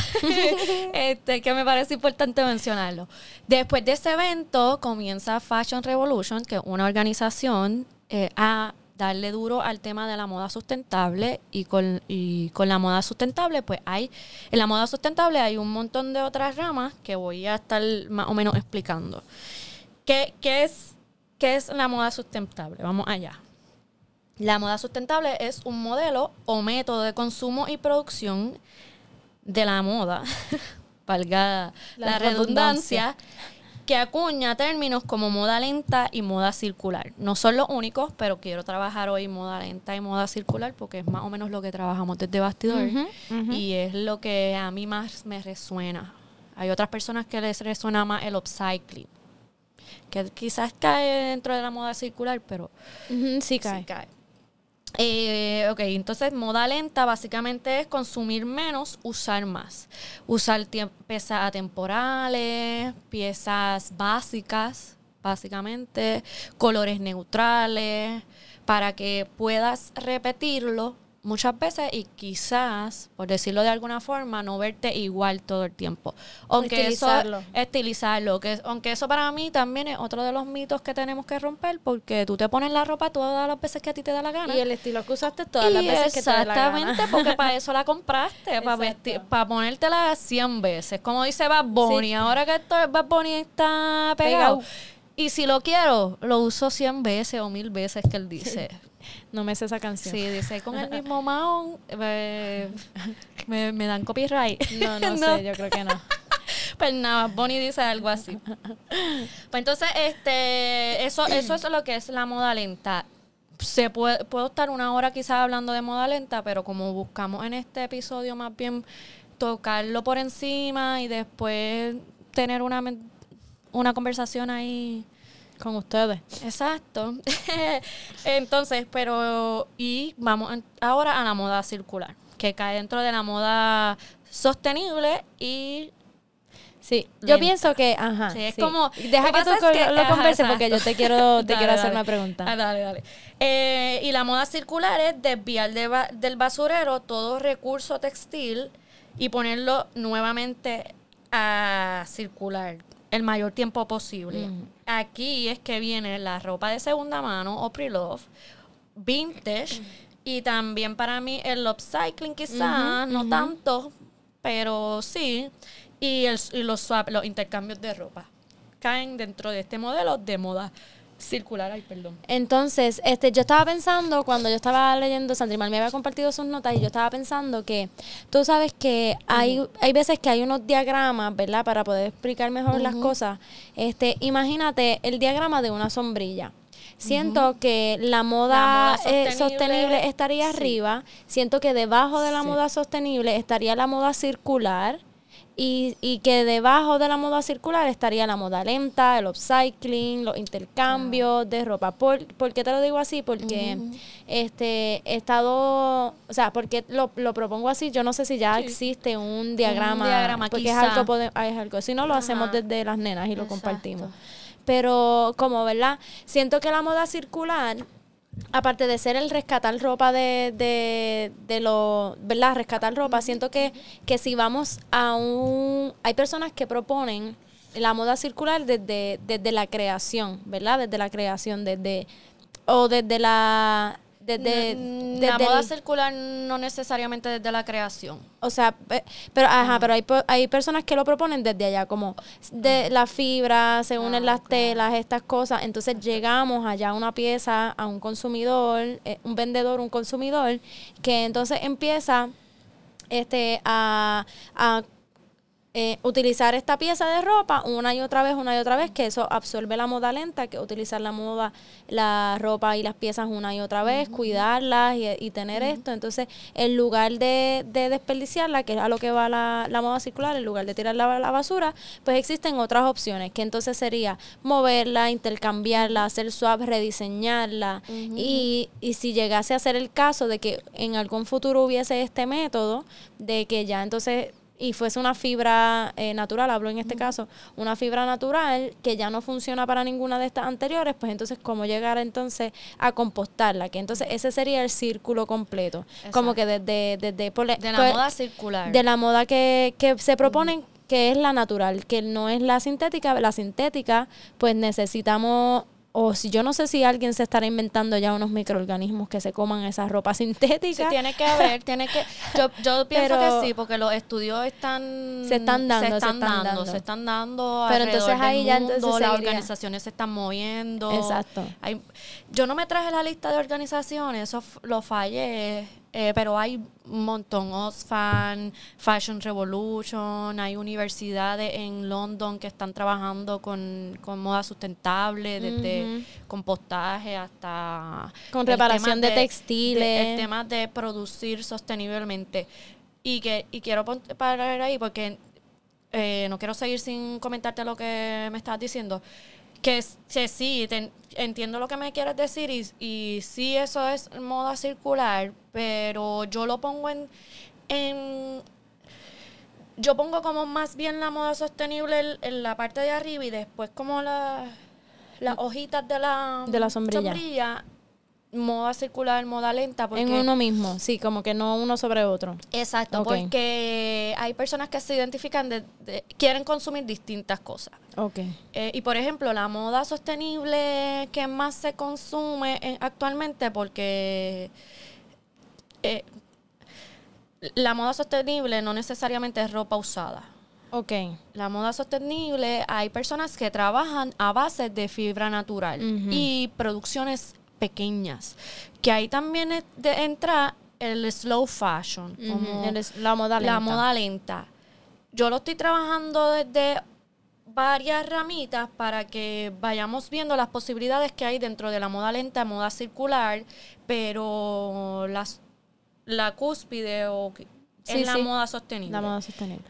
que me parece importante mencionarlo. Después de ese evento comienza Fashion Revolution, que es una organización a darle duro al tema de la moda sustentable y con la moda sustentable, pues en la moda sustentable hay un montón de otras ramas que voy a estar más o menos explicando. ¿Qué es la moda sustentable? Vamos allá. La moda sustentable es un modelo o método de consumo y producción de la moda, valga la redundancia, que acuña términos como moda lenta y moda circular. No son los únicos, pero quiero trabajar hoy moda lenta y moda circular porque es más o menos lo que trabajamos desde Bastidor y es lo que a mí más me resuena. Hay otras personas que les resuena más el upcycling, que quizás cae dentro de la moda circular, pero sí cae. Sí cae. Entonces moda lenta básicamente es consumir menos, usar más. Usar piezas atemporales, piezas básicas, básicamente, colores neutrales, para que puedas repetirlo muchas veces y quizás, por decirlo de alguna forma, no verte igual todo el tiempo. Estilizarlo. Aunque eso para mí también es otro de los mitos que tenemos que romper, porque tú te pones la ropa todas las veces que a ti te da la gana. Y el estilo que usaste todas las veces que te da la gana. Exactamente, porque para eso la compraste, para ponértela 100 veces. Como dice Bad Bunny, ahora que Bad Bunny está pegado. Y si lo quiero, lo uso 100 veces o 1000 veces que él dice. No me sé esa canción. Sí, dice con el mismo mahón. Me dan copyright. No sé, yo creo que no. Pues nada, Bonnie dice algo así. Pues entonces, eso es lo que es la moda lenta. Puedo estar una hora quizás hablando de moda lenta, pero como buscamos en este episodio más bien tocarlo por encima y después tener una conversación ahí con ustedes. Exacto. Entonces, y vamos ahora a la moda circular, que cae dentro de la moda sostenible y sí, yo pienso que, sí, es como, deja que tú lo converses porque yo te quiero hacer una pregunta. Dale. Y la moda circular es desviar del basurero todo recurso textil y ponerlo nuevamente a circular el mayor tiempo posible. Aquí es que viene la ropa de segunda mano o pre-love, vintage, y también para mí el upcycling quizás, no tanto, pero sí, y los swap, los intercambios de ropa, caen dentro de este modelo de moda circular. Entonces, yo estaba pensando, cuando yo estaba leyendo, Sandrimar me había compartido sus notas y yo estaba pensando que tú sabes que hay veces que hay unos diagramas, ¿verdad? Para poder explicar mejor las cosas. Imagínate el diagrama de una sombrilla. Siento que la moda sostenible estaría arriba. Siento que debajo de la moda sostenible estaría la moda circular. Y que debajo de la moda circular estaría la moda lenta, el upcycling, los intercambios de ropa. ¿Por qué te lo digo así? Porque he estado, o sea, porque lo propongo así, yo no sé si ya existe un diagrama porque es algo, si no lo hacemos desde las nenas y lo compartimos. Pero como, ¿verdad? Siento que la moda circular, aparte de ser el rescatar ropa ¿verdad? Rescatar ropa, siento que si vamos hay personas que proponen la moda circular desde la creación, ¿verdad? Desde la creación, o desde la... La moda circular no necesariamente desde la creación. O sea, pero hay personas que lo proponen desde allá, como de la fibra, se unen las telas, estas cosas. Entonces llegamos allá a una pieza, a un consumidor, un vendedor, un consumidor, que entonces empieza a utilizar esta pieza de ropa una y otra vez, que eso absorbe la moda lenta, que utilizar la ropa y las piezas una y otra vez, cuidarlas y tener esto. Entonces, en lugar de desperdiciarla, que es a lo que va la moda circular, en lugar de tirarla a la basura, pues existen otras opciones, que entonces sería moverla, intercambiarla, hacer swap, rediseñarla. Y si llegase a ser el caso de que en algún futuro hubiese este método, de que ya entonces... y fuese una fibra natural, hablo en este caso, una fibra natural que ya no funciona para ninguna de estas anteriores, pues entonces cómo llegar entonces a compostarla, que entonces ese sería el círculo completo. Exacto. Como que desde de la moda circular. De la moda que se proponen, que es la natural, que no es la sintética. La sintética, pues necesitamos... O si yo no sé si alguien se estará inventando ya unos microorganismos que se coman esa ropa sintética. Sí, tiene que haber, yo pienso que sí, porque los estudios se están dando pero entonces ahí ya entonces las organizaciones se están moviendo. Exacto. Yo no me traje la lista de organizaciones, eso lo fallé. Pero hay un montón, Oxfam, Fashion Revolution, hay universidades en London que están trabajando con moda sustentable, desde compostaje hasta... con reparación de textiles. El tema de producir sosteniblemente. Y quiero parar ahí porque no quiero seguir sin comentarte lo que me estabas diciendo. Que sí, entiendo lo que me quieres decir y sí, eso es moda circular, pero yo lo pongo yo pongo como más bien la moda sostenible en la parte de arriba y después como las hojitas de la sombrilla, moda circular, moda lenta. Porque, en uno mismo, sí, como que no uno sobre otro. Exacto, okay. Porque hay personas que se identifican, quieren consumir distintas cosas. Okay. Y por ejemplo, la moda sostenible que más se consume actualmente, porque la moda sostenible no necesariamente es ropa usada. Okay. La moda sostenible, hay personas que trabajan a base de fibra natural y producciones pequeñas, que ahí también entra el slow fashion, como la moda lenta. Yo lo estoy trabajando desde varias ramitas para que vayamos viendo las posibilidades que hay dentro de la moda lenta, moda circular, pero la cúspide es la moda sostenible. La moda sostenible.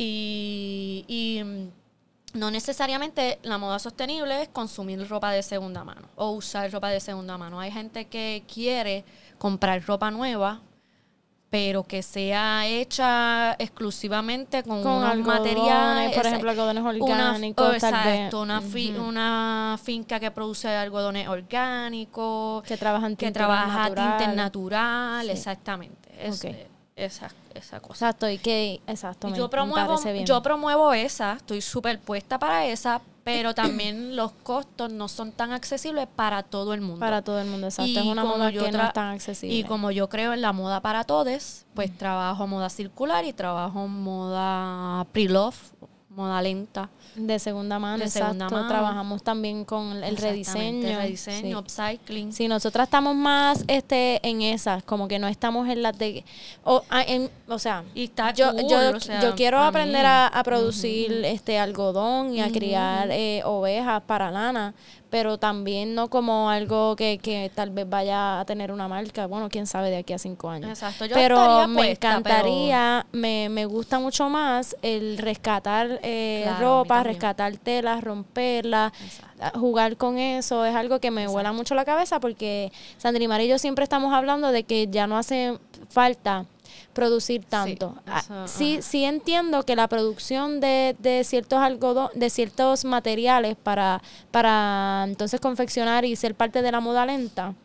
Y no necesariamente la moda sostenible es consumir ropa de segunda mano o usar ropa de segunda mano. Hay gente que quiere comprar ropa nueva, pero que sea hecha exclusivamente con unos materiales. Por ejemplo, algodones orgánicos. Exacto, una finca que produce algodones orgánicos. Que trabaja tintes naturales, sí. Exactamente. Esa cosa. Exacto, me parece bien. Yo promuevo esa, estoy súper puesta para esa, pero también los costos no son tan accesibles para todo el mundo. Para todo el mundo, exacto. Es una moda que no es tan accesible. Y como yo creo en la moda para todos, pues trabajo moda circular y trabajo moda pre-love, moda lenta. De segunda mano, Trabajamos también con el rediseño. Sí. Upcycling. Sí, nosotras estamos más en esas, como que no estamos en las de... O sea, y está yo quiero aprender mí. a producir algodón y a criar ovejas para lana, pero también no como algo que tal vez vaya a tener una marca. Bueno, quién sabe de aquí a 5 años. Exacto. Pero me encantaría, me gusta mucho más el rescatar ropa, rescatar telas, romperla, jugar con eso. Es algo que me vuela mucho la cabeza porque Sandra y Mari y yo siempre estamos hablando de que ya no hace falta producir tanto. Sí entiendo que la producción de ciertos de ciertos materiales para entonces confeccionar y ser parte de la moda lenta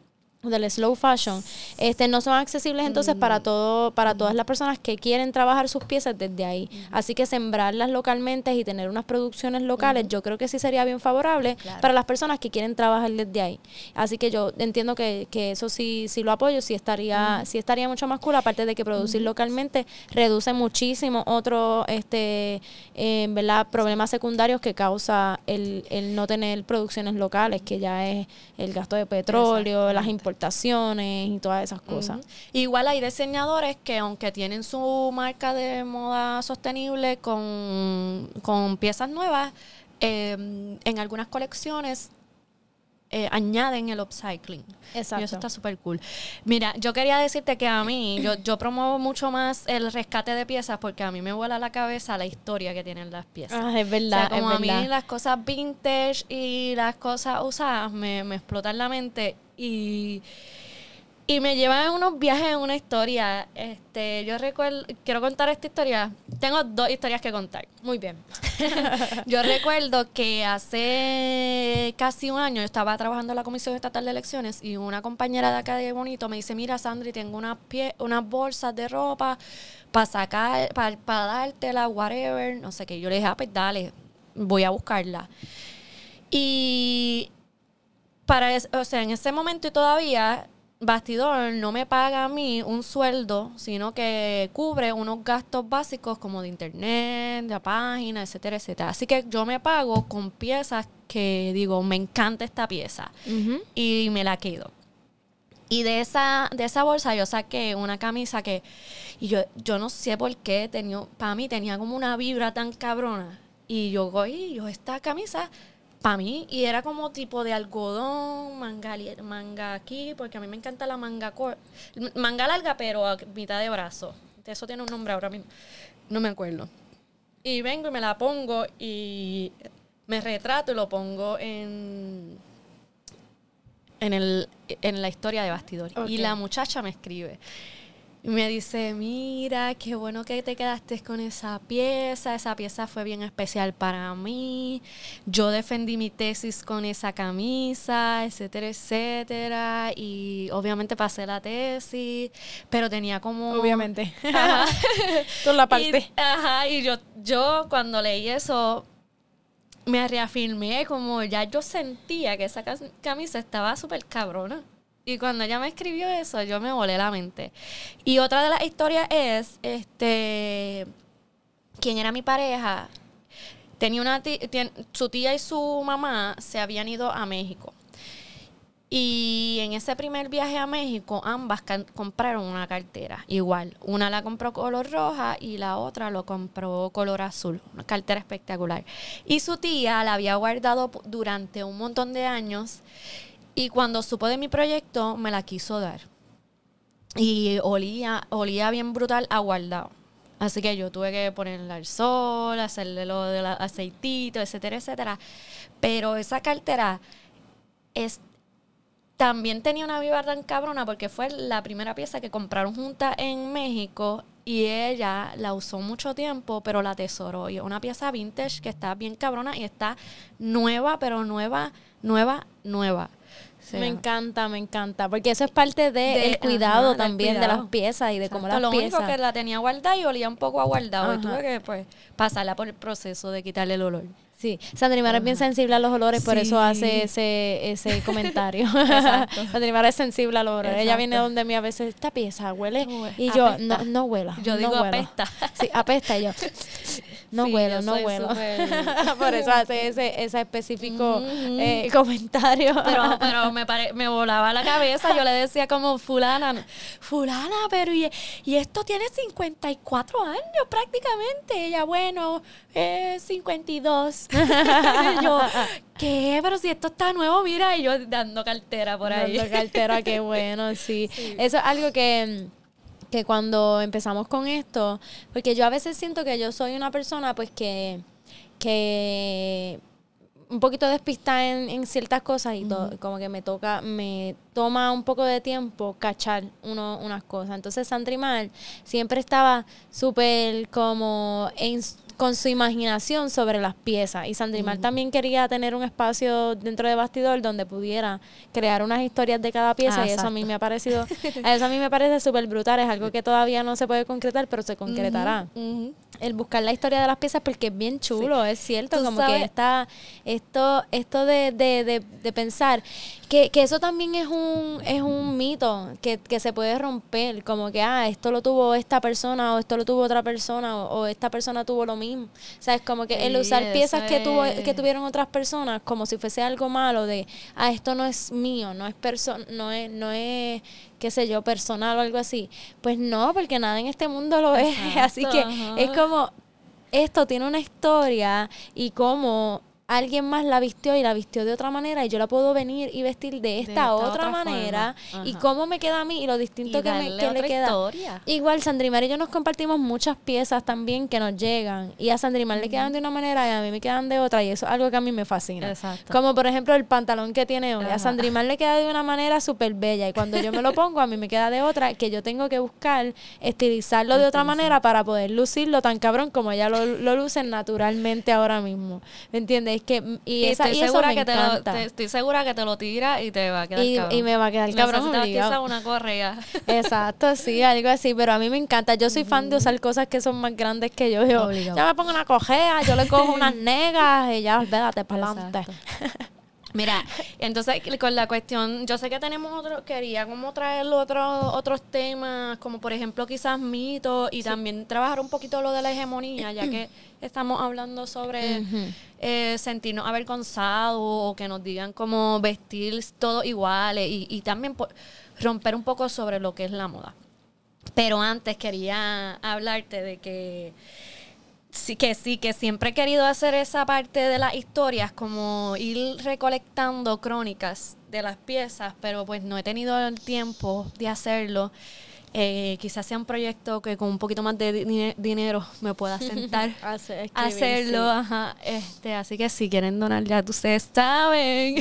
del slow fashion, no son accesibles entonces para todas las personas que quieren trabajar sus piezas desde ahí. Así que sembrarlas localmente y tener unas producciones locales, yo creo que sí sería bien favorable para las personas que quieren trabajar desde ahí. Así que yo entiendo que eso sí lo apoyo, sí estaría mucho más cool, aparte de que producir localmente reduce muchísimo otros ¿verdad? Problemas secundarios que causa el no tener producciones locales, que ya es el gasto de petróleo, las importaciones y todas esas cosas. Igual hay diseñadores que aunque tienen su marca de moda sostenible con piezas nuevas, en algunas colecciones añaden el upcycling. Exacto. Y eso está súper cool. Mira, yo quería decirte que a mí, yo promuevo mucho más el rescate de piezas porque a mí me vuela la cabeza la historia que tienen las piezas. Es verdad, o sea, como es a mí verdad. las cosas vintage y las cosas usadas me explotan la mente y me llevan en unos viajes en una historia. Yo recuerdo, quiero contar esta historia. Tengo 2 historias que contar. Muy bien. Yo recuerdo que hace casi un año yo estaba trabajando en la Comisión Estatal de Elecciones y una compañera de acá de Bonito me dice, mira, Sandri, tengo unas bolsas de ropa para sacar, para dártela, whatever, no sé qué. Yo le dije, pues dale, voy a buscarla. Y en ese momento y todavía Bastidor no me paga a mí un sueldo, sino que cubre unos gastos básicos como de internet, de la página, etcétera, etcétera. Así que yo me pago con piezas que digo, me encanta esta pieza y me la quedo. Y de esa bolsa yo saqué una camisa y yo no sé por qué, para mí tenía como una vibra tan cabrona. Y yo cogí, esta camisa para mí, y era como tipo de algodón, manga aquí, porque a mí me encanta la manga larga, pero a mitad de brazo. Eso tiene un nombre ahora mismo, no me acuerdo. Y vengo y me la pongo y me retrato y lo pongo en la historia de Bastidor. Okay. Y la muchacha me escribe. Y me dice, mira, qué bueno que te quedaste con esa pieza fue bien especial para mí, yo defendí mi tesis con esa camisa, etcétera, etcétera, y obviamente pasé la tesis, pero tenía como... Obviamente. Ajá. Toda la parte. Y yo cuando leí eso, me reafirmé, como ya yo sentía que esa camisa estaba súper cabrona. Y cuando ella me escribió eso, yo me volé la mente. Y otra de las historias es, quien era mi pareja, tenía su tía y su mamá se habían ido a México. Y en ese primer viaje a México, ambas compraron una cartera. Igual, una la compró color roja y la otra lo compró color azul. Una cartera espectacular. Y su tía la había guardado durante un montón de años. Y cuando supo de mi proyecto, me la quiso dar. Y olía bien brutal a guardado. Así que yo tuve que ponerla al sol, hacerle lo del aceitito, etcétera, etcétera. Pero esa cartera también tenía una vibra tan cabrona porque fue la primera pieza que compraron juntas en México y ella la usó mucho tiempo, pero la atesoró. Y es una pieza vintage que está bien cabrona y está nueva, pero nueva. Me encanta, porque eso es parte del cuidado también de las piezas y de cómo las piezas. Lo único que la tenía guardada y olía un poco a guardado y tuve que pasarla por el proceso de quitarle el olor. Sí, Sandrimar es bien sensible a los olores, por eso hace ese comentario. Sandrimar es sensible a los olores. Ella viene donde mí a veces, esta pieza huele, y yo, no huela. Yo digo apesta. Sí, apesta, y yo, no huelo. Por eso hace ese específico comentario. Pero me volaba la cabeza. Yo le decía como, fulana, pero y esto tiene 54 años prácticamente. Ella, bueno, 52. Y yo, ¿qué? Pero si esto está nuevo, mira. Y yo dando cartera por ahí. Dando cartera, qué bueno, sí. Eso es algo que cuando empezamos con esto, porque yo a veces siento que yo soy una persona pues que un poquito despistada en ciertas cosas y como que me toma un poco de tiempo cachar unas cosas. Entonces Sandrimar siempre estaba súper como con su imaginación sobre las piezas. Y Sandrimar también quería tener un espacio dentro de Bastidor donde pudiera crear unas historias de cada pieza, y eso a mí me ha parecido, eso a mí me parece súper brutal. Es algo que todavía no se puede concretar, pero se concretará. El buscar la historia de las piezas, porque es bien chulo, es cierto, Tú como sabes, que está esto de pensar que eso también es un mito que se puede romper, como que esto lo tuvo esta persona, o esto lo tuvo otra persona, o esta persona tuvo lo mismo. O sea, es como que el usar piezas que tuvieron otras personas como si fuese algo malo, de esto no es mío, no es qué sé yo, personal o algo así. Pues no, porque nada en este mundo lo es. Así que es como, esto tiene una historia, y como alguien más la vistió y la vistió de otra manera, y yo la puedo venir y vestir de esta otra manera, y cómo me queda a mí y lo distinto que le queda. Historia. Igual Sandrimar y yo nos compartimos muchas piezas también que nos llegan, y a Sandrimar le quedan de una manera y a mí me quedan de otra, y eso es algo que a mí me fascina. Exacto. Como por ejemplo el pantalón que tiene hoy. A Sandrimar le queda de una manera súper bella, y cuando yo me lo pongo a mí me queda de otra, que yo tengo que buscar estilizarlo de otra manera para poder lucirlo tan cabrón como ella lo luce naturalmente ahora mismo. ¿Me entiendes? Estoy segura que te lo tira y te va a quedar cabrón. Y me va a quedar cabrón. Necesitas una correa. Exacto, sí, algo así. Pero a mí me encanta. Yo soy fan de usar cosas que son más grandes que yo. Ya me pongo una cojea, yo le cojo unas negas y ya, olvídate, para adelante. Mira, entonces con la cuestión, yo sé que quería como traer otros temas, como por ejemplo quizás mitos, y también trabajar un poquito lo de la hegemonía, ya que estamos hablando sobre sentirnos avergonzados, o que nos digan cómo vestir todos iguales, y también romper un poco sobre lo que es la moda. Pero antes quería hablarte de que que siempre he querido hacer esa parte de las historias, como ir recolectando crónicas de las piezas, pero pues no he tenido el tiempo de hacerlo. Quizás sea un proyecto que con un poquito más de dinero me pueda sentar a hacerlo. Sí. Ajá. Así que si quieren donar, ya ustedes saben.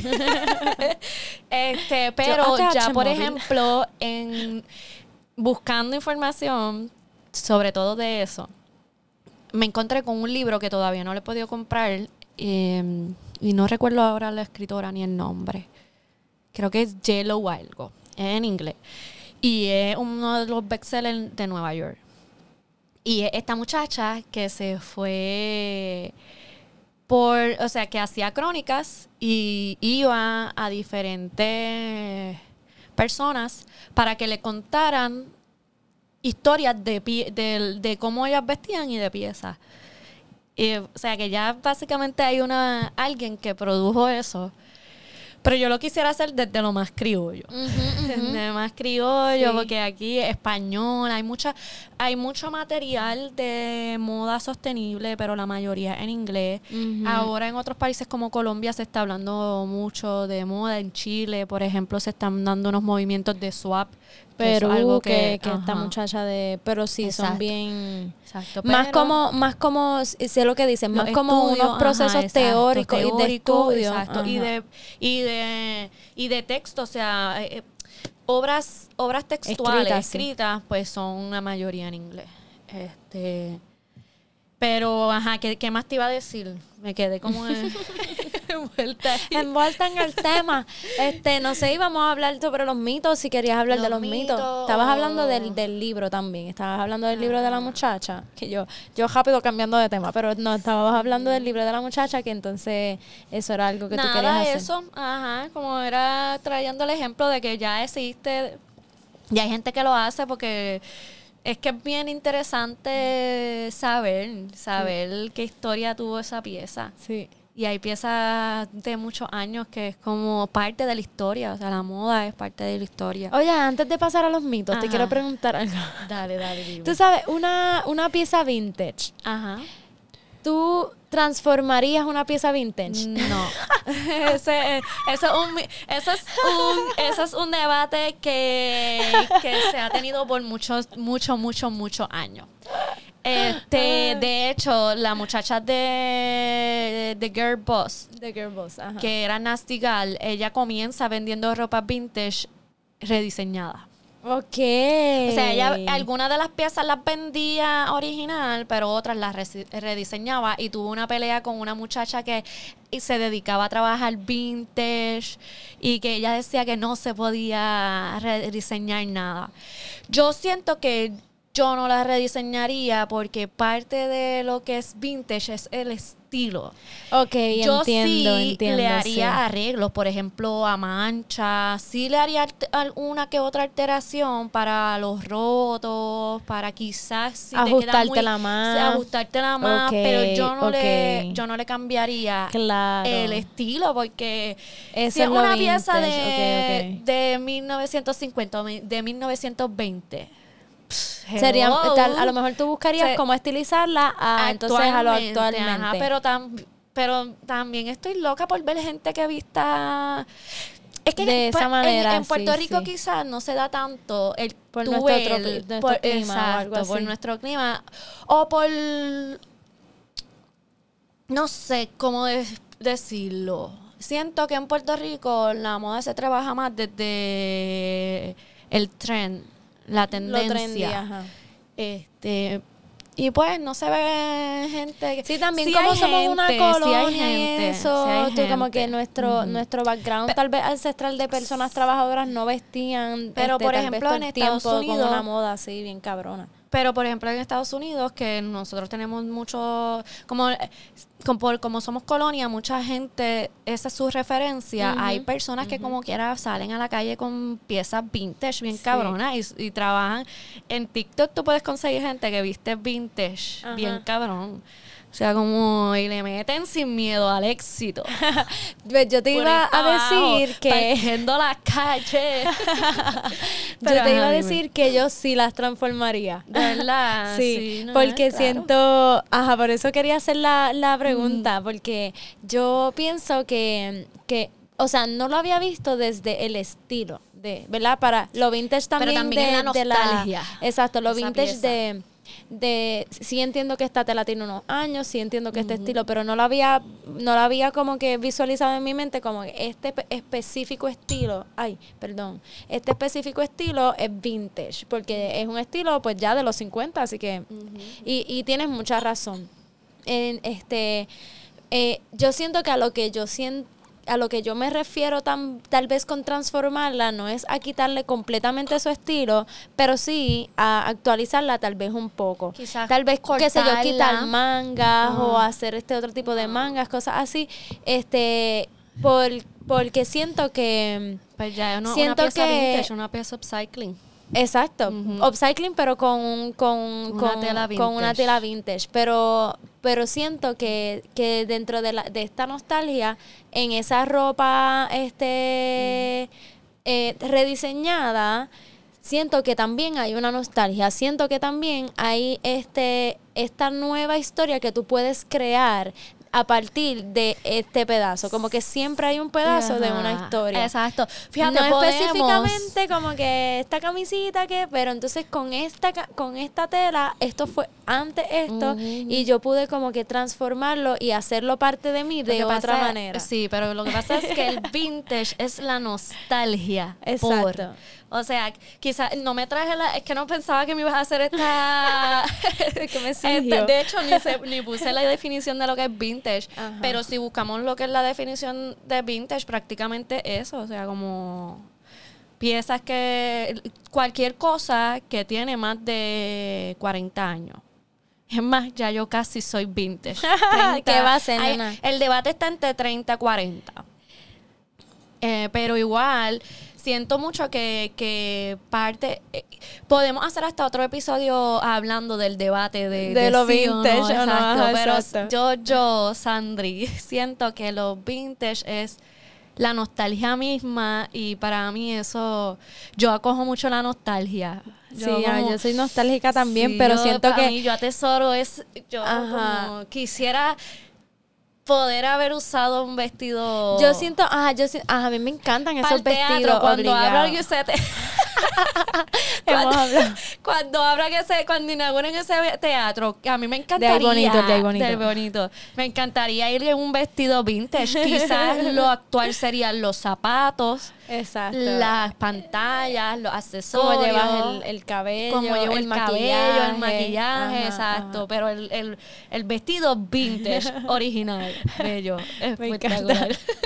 Pero ya, por ejemplo, buscando información sobre todo de eso, me encontré con un libro que todavía no le he podido comprar, y no recuerdo ahora la escritora ni el nombre. Creo que es Yellow o algo, en inglés. Y es uno de los bestsellers de Nueva York. Y esta muchacha que se fue que hacía crónicas y iba a diferentes personas para que le contaran historias de cómo ellas vestían y de piezas. O sea que ya básicamente hay alguien que produjo eso. Pero yo lo quisiera hacer desde lo más criollo. Desde lo más criollo, sí. Porque aquí español, hay mucho material de moda sostenible, pero la mayoría en inglés. Ahora en otros países como Colombia se está hablando mucho de moda. En Chile, por ejemplo, se están dando unos movimientos de swap. Perú, algo que esta muchacha pero sí, exacto. Son bien... Exacto. Más como, sé lo que dicen, más como unos procesos teóricos y de estudio. Exacto. Y de texto, o sea, obras textuales escritas, pues son la mayoría en inglés. Pero, ¿qué más te iba a decir? Me quedé como envuelta en el tema. No sé, íbamos a hablar sobre los mitos, si querías hablar de los mitos. Estabas hablando del libro también. Estabas hablando del libro de la muchacha. Que yo rápido cambiando de tema, pero no, estabas hablando del libro de la muchacha, que entonces eso era algo que tú querías hacer. Eso, como era trayendo el ejemplo de que ya existe, ya hay gente que lo hace, porque... Es que es bien interesante saber qué historia tuvo esa pieza. Sí. Y hay piezas de muchos años que es como parte de la historia. O sea, la moda es parte de la historia. Oye, antes de pasar a los mitos, te quiero preguntar algo. Dale, dime. Tú sabes, una pieza vintage. Ajá. ¿Tú transformarías una pieza vintage? No. Ese es un debate que se ha tenido por muchos años. De hecho, la muchacha de Girl Boss, ajá. Que era Nasty Gal, ella comienza vendiendo ropa vintage rediseñada. Ok. O sea, ella algunas de las piezas las vendía original, pero otras las rediseñaba y tuvo una pelea con una muchacha que se dedicaba a trabajar vintage y que ella decía que no se podía rediseñar nada. Yo siento que yo no la rediseñaría porque parte de lo que es vintage es el estilo. Ok, Yo entiendo. le haría sí. arreglos, por ejemplo, a manchas. Sí le haría alguna que otra alteración para los rotos, para quizás si ajustártela más. Ajustártela más, Ok, pero ok. yo no le cambiaría Claro. el estilo porque Eso si es es lo una pieza vintage. Ok. de 1950 o de 1920. Sería, hello. a lo mejor tú buscarías cómo estilizarla entonces a lo actualmente. Ajá, pero también estoy loca por ver gente que vista. Es que de esa manera, en Puerto sí, Rico sí. quizás no se da tanto el por tú nuestro, ver, nuestro por, clima exacto, o algo así. por nuestro clima o por no sé cómo decirlo. Siento que en Puerto Rico la moda se trabaja más desde el trend, la tendencia. Lo trendy, ajá. Y pues no se ve gente. Sí, también como somos una colonia y eso, sí como que nuestro background tal vez ancestral de personas trabajadoras no vestían pero por tal ejemplo vez todo en el Estados tiempo Unidos con una moda así bien cabrona. Pero, por ejemplo, en Estados Unidos, que nosotros tenemos mucho, como somos colonia, mucha gente, esa es su referencia. Hay personas que como quiera salen a la calle con piezas vintage bien cabronas y trabajan. En TikTok tú puedes conseguir gente que viste vintage bien cabrón. O sea, como, y le meten sin miedo al éxito. Pues yo te iba a decir que... Partiendo la calle. Yo te iba a decir que yo sí las transformaría. ¿De verdad? Sí, no, porque claro. siento... Ajá, por eso quería hacer la pregunta, porque yo pienso que... O sea, no lo había visto desde el estilo, ¿verdad? Para lo vintage también, pero también es la nostalgia. Exacto, lo esa vintage pieza. sí entiendo que esta tela tiene unos años, sí entiendo que este estilo, pero no lo había como que visualizado en mi mente como que este específico estilo, este específico estilo es vintage, porque es un estilo pues ya de los 50, así que y tienes mucha razón. Yo siento que a lo que yo me refiero tal vez con transformarla no es a quitarle completamente su estilo, pero sí a actualizarla tal vez un poco. Quizás tal vez, qué sé yo, quitar cortarla. mangas o hacer otro tipo de mangas, cosas así. Porque siento que... Pues ya no siento una pieza que, vintage, una pieza upcycling. Exacto, upcycling pero con una tela vintage, pero siento que dentro de esta nostalgia en esa ropa rediseñada, siento que también hay una nostalgia, siento que también hay esta nueva historia que tú puedes crear a partir de este pedazo, como que siempre hay un pedazo de una historia. Exacto. Fíjate, no específicamente como que esta camisita pero entonces con esta tela esto fue antes esto y yo pude como que transformarlo y hacerlo parte de mí de otra manera. Sí, pero lo que pasa es que el vintage es la nostalgia. Exacto. O sea, quizás no me traje es que no pensaba que me ibas a hacer esta... que me surgió. De hecho, ni puse la definición de lo que es vintage. Ajá. Pero si buscamos lo que es la definición de vintage, prácticamente eso. O sea, como piezas cualquier cosa que tiene más de 40 años. Es más, ya yo casi soy vintage. 30, ¿Qué va a ser, nena? El debate está entre 30 y 40. Pero igual... Siento mucho que parte... podemos hacer hasta otro episodio hablando del debate de lo sí vintage o no. no, pero exacto. yo, Sandri, siento que lo vintage es la nostalgia misma y para mí eso... Yo acojo mucho la nostalgia. Yo soy nostálgica también, pero siento que... Para mí yo atesoro yo como quisiera... poder haber usado un vestido. Yo siento, a mí me encantan esos teatro, vestidos. cuando obligado. hablo Giuseppe. Hemos hablado. Cuando inauguren ese teatro, que a mí me encantaría. Del bonito. Me encantaría ir en un vestido vintage. Quizás lo actual serían los zapatos. Exacto. Las pantallas, los accesorios. Cómo llevas el cabello, cómo llevo el cabello, el maquillaje, Ajá, exacto. ajá. Pero el vestido vintage, original, bello, Me espectacular.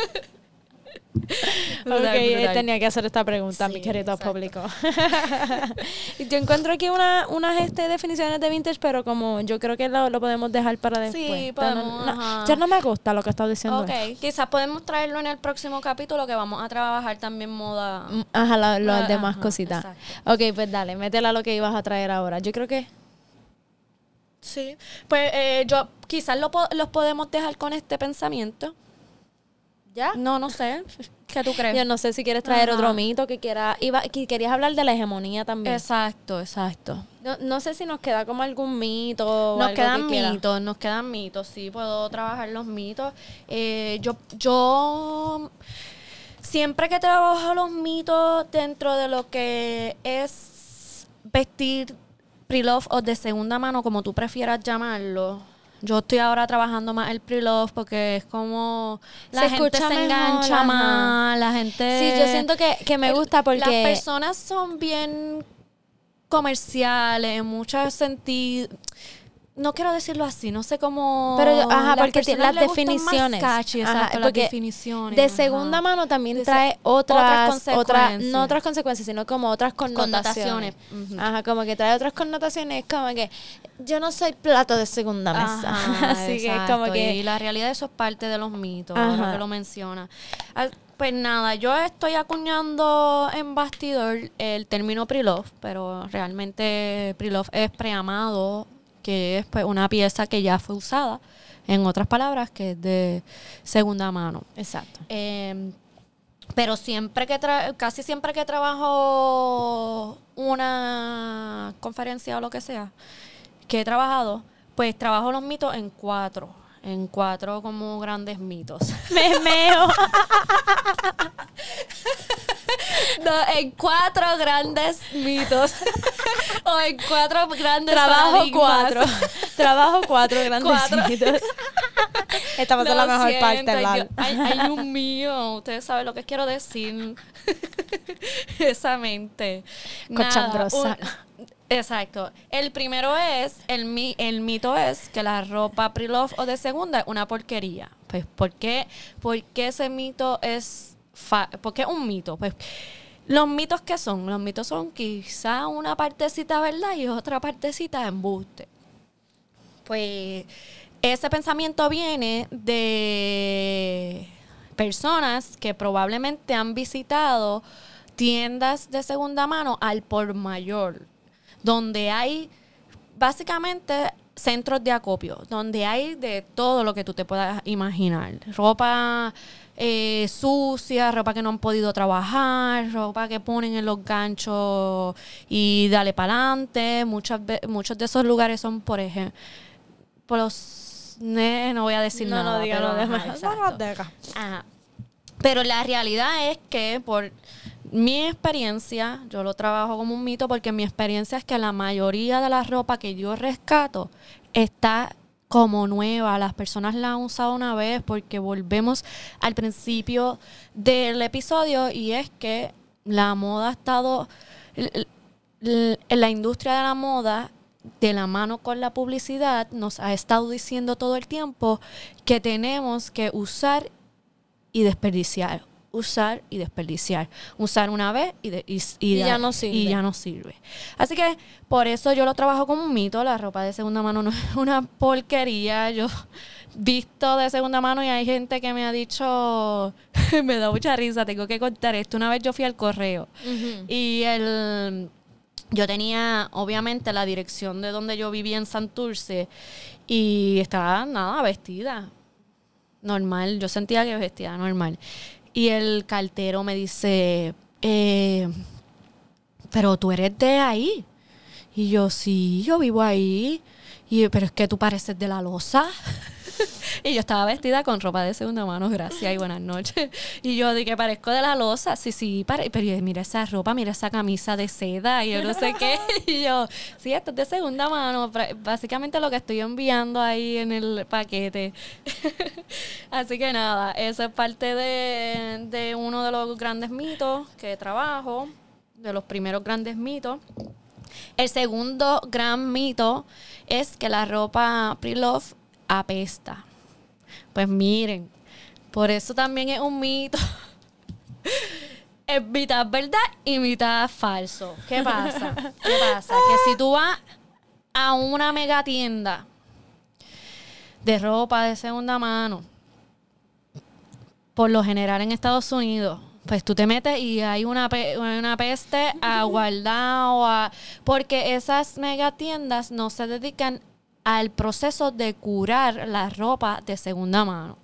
Ok, tenía que hacer esta pregunta, Sí, mi querido exacto. público. Yo encuentro aquí unas definiciones de vintage, pero como yo creo que lo podemos dejar para después. Sí, Ya podemos, ajá. ya no me gusta lo que estás diciendo. Ok, quizás podemos traerlo en el próximo capítulo que vamos a trabajar también moda. Ajá, las demás Ajá, cositas. exacto. Ok, pues dale, métela lo que ibas a traer ahora. Yo creo que... Sí, pues yo quizás los podemos dejar con este pensamiento. ¿Ya? No sé. ¿Qué tú crees? Yo no sé si quieres traer Ajá. otro mito que querías hablar de la hegemonía también. Exacto. No sé si nos queda como algún mito o Nos algo quedan que quieras. nos quedan mitos, sí, puedo trabajar los mitos. Yo siempre que trabajo los mitos dentro de lo que es vestir pre-love o de segunda mano, como tú prefieras llamarlo. Yo estoy ahora trabajando más el pre-love porque es como la Se gente escucha se mejor, engancha ajá. más, la gente... Sí, yo siento que me gusta porque... Las personas son bien comerciales en muchos sentidos. No quiero decirlo así, no sé cómo... Pero las porque personas las le gustan definiciones. Más catchy, Ajá, exacto, las porque definiciones. de segunda mano también trae otras no otras consecuencias, sino como otras connotaciones. Ujú. Ajá, como que trae otras connotaciones, como que yo no soy plato de segunda mesa. Ajá, Así que es exacto. como que... Y la realidad eso es parte de los mitos, Ajá. ahora que lo menciona. Pues nada, yo estoy acuñando en bastidor el término pre-love, pero realmente pre-love es preamado, que es pues una pieza que ya fue usada, en otras palabras, que es de segunda mano. Exacto. Pero casi siempre que trabajo una conferencia o lo que sea, que he trabajado, pues trabajo los mitos en cuatro como grandes mitos. Me meo. No, en 4 grandes mitos. O en 4 grandes Trabajo 4 grandes 4. mitos. Esta va a ser la mejor parte, hablar. Ay, Dios mío, ustedes saben lo que quiero decir. Esa mente. Cochambrosa. Exacto. El primero es, el mito es que la ropa pre-love o de segunda es una porquería. Pues, ¿por qué ese mito es... ¿Por qué un mito? Pues, los mitos ¿qué son? Los mitos son quizá una partecita verdad y otra partecita embuste. Pues ese pensamiento viene de personas que probablemente han visitado tiendas de segunda mano al por mayor, donde hay básicamente centros de acopio, donde hay de todo lo que tú te puedas imaginar. Ropa sucia, ropa que no han podido trabajar, ropa que ponen en los ganchos y dale para adelante. Muchos de esos lugares son, por ejemplo, no voy a decir nada. No diga pero, lo demás. ajá, exacto. Ajá. Pero la realidad es que por mi experiencia, yo lo trabajo como un mito porque mi experiencia es que la mayoría de la ropa que yo rescato está como nueva. Las personas la han usado una vez porque volvemos al principio del episodio y es que la moda ha estado... La industria de la moda, de la mano con la publicidad, nos ha estado diciendo todo el tiempo que tenemos que usar y desperdiciar. Usar y desperdiciar. Usar una vez y ya no sirve. Y ya no sirve. Así que por eso yo lo trabajo como un mito. La ropa de segunda mano no es una porquería. Yo visto de segunda mano y hay gente que me ha dicho, me da mucha risa, tengo que contar esto. Una vez yo fui al correo y yo tenía obviamente la dirección de donde yo vivía en Santurce y estaba nada vestida normal, yo sentía que vestía normal. Y el cartero me dice, pero tú eres de ahí. Y yo, sí, yo vivo ahí. Y pero es que tú pareces de La Losa. Y yo estaba vestida con ropa de segunda mano, gracias y buenas noches. Y yo dije, parezco de la loza. Sí, pero yo, mira esa ropa, mira esa camisa de seda y yo no sé qué. Y yo, sí, esto es de segunda mano. Básicamente lo que estoy enviando ahí en el paquete. Así que nada, eso es parte de uno de los grandes mitos que trabajo, de los primeros grandes mitos. El segundo gran mito es que la ropa pre-love apesta. Pues miren, por eso también es un mito. Es mitad verdad y mitad falso. ¿Qué pasa? Que si tú vas a una mega tienda de ropa de segunda mano, por lo general en Estados Unidos, pues tú te metes y hay una peste aguardada, porque esas mega tiendas no se dedican al proceso de curar la ropa de segunda mano.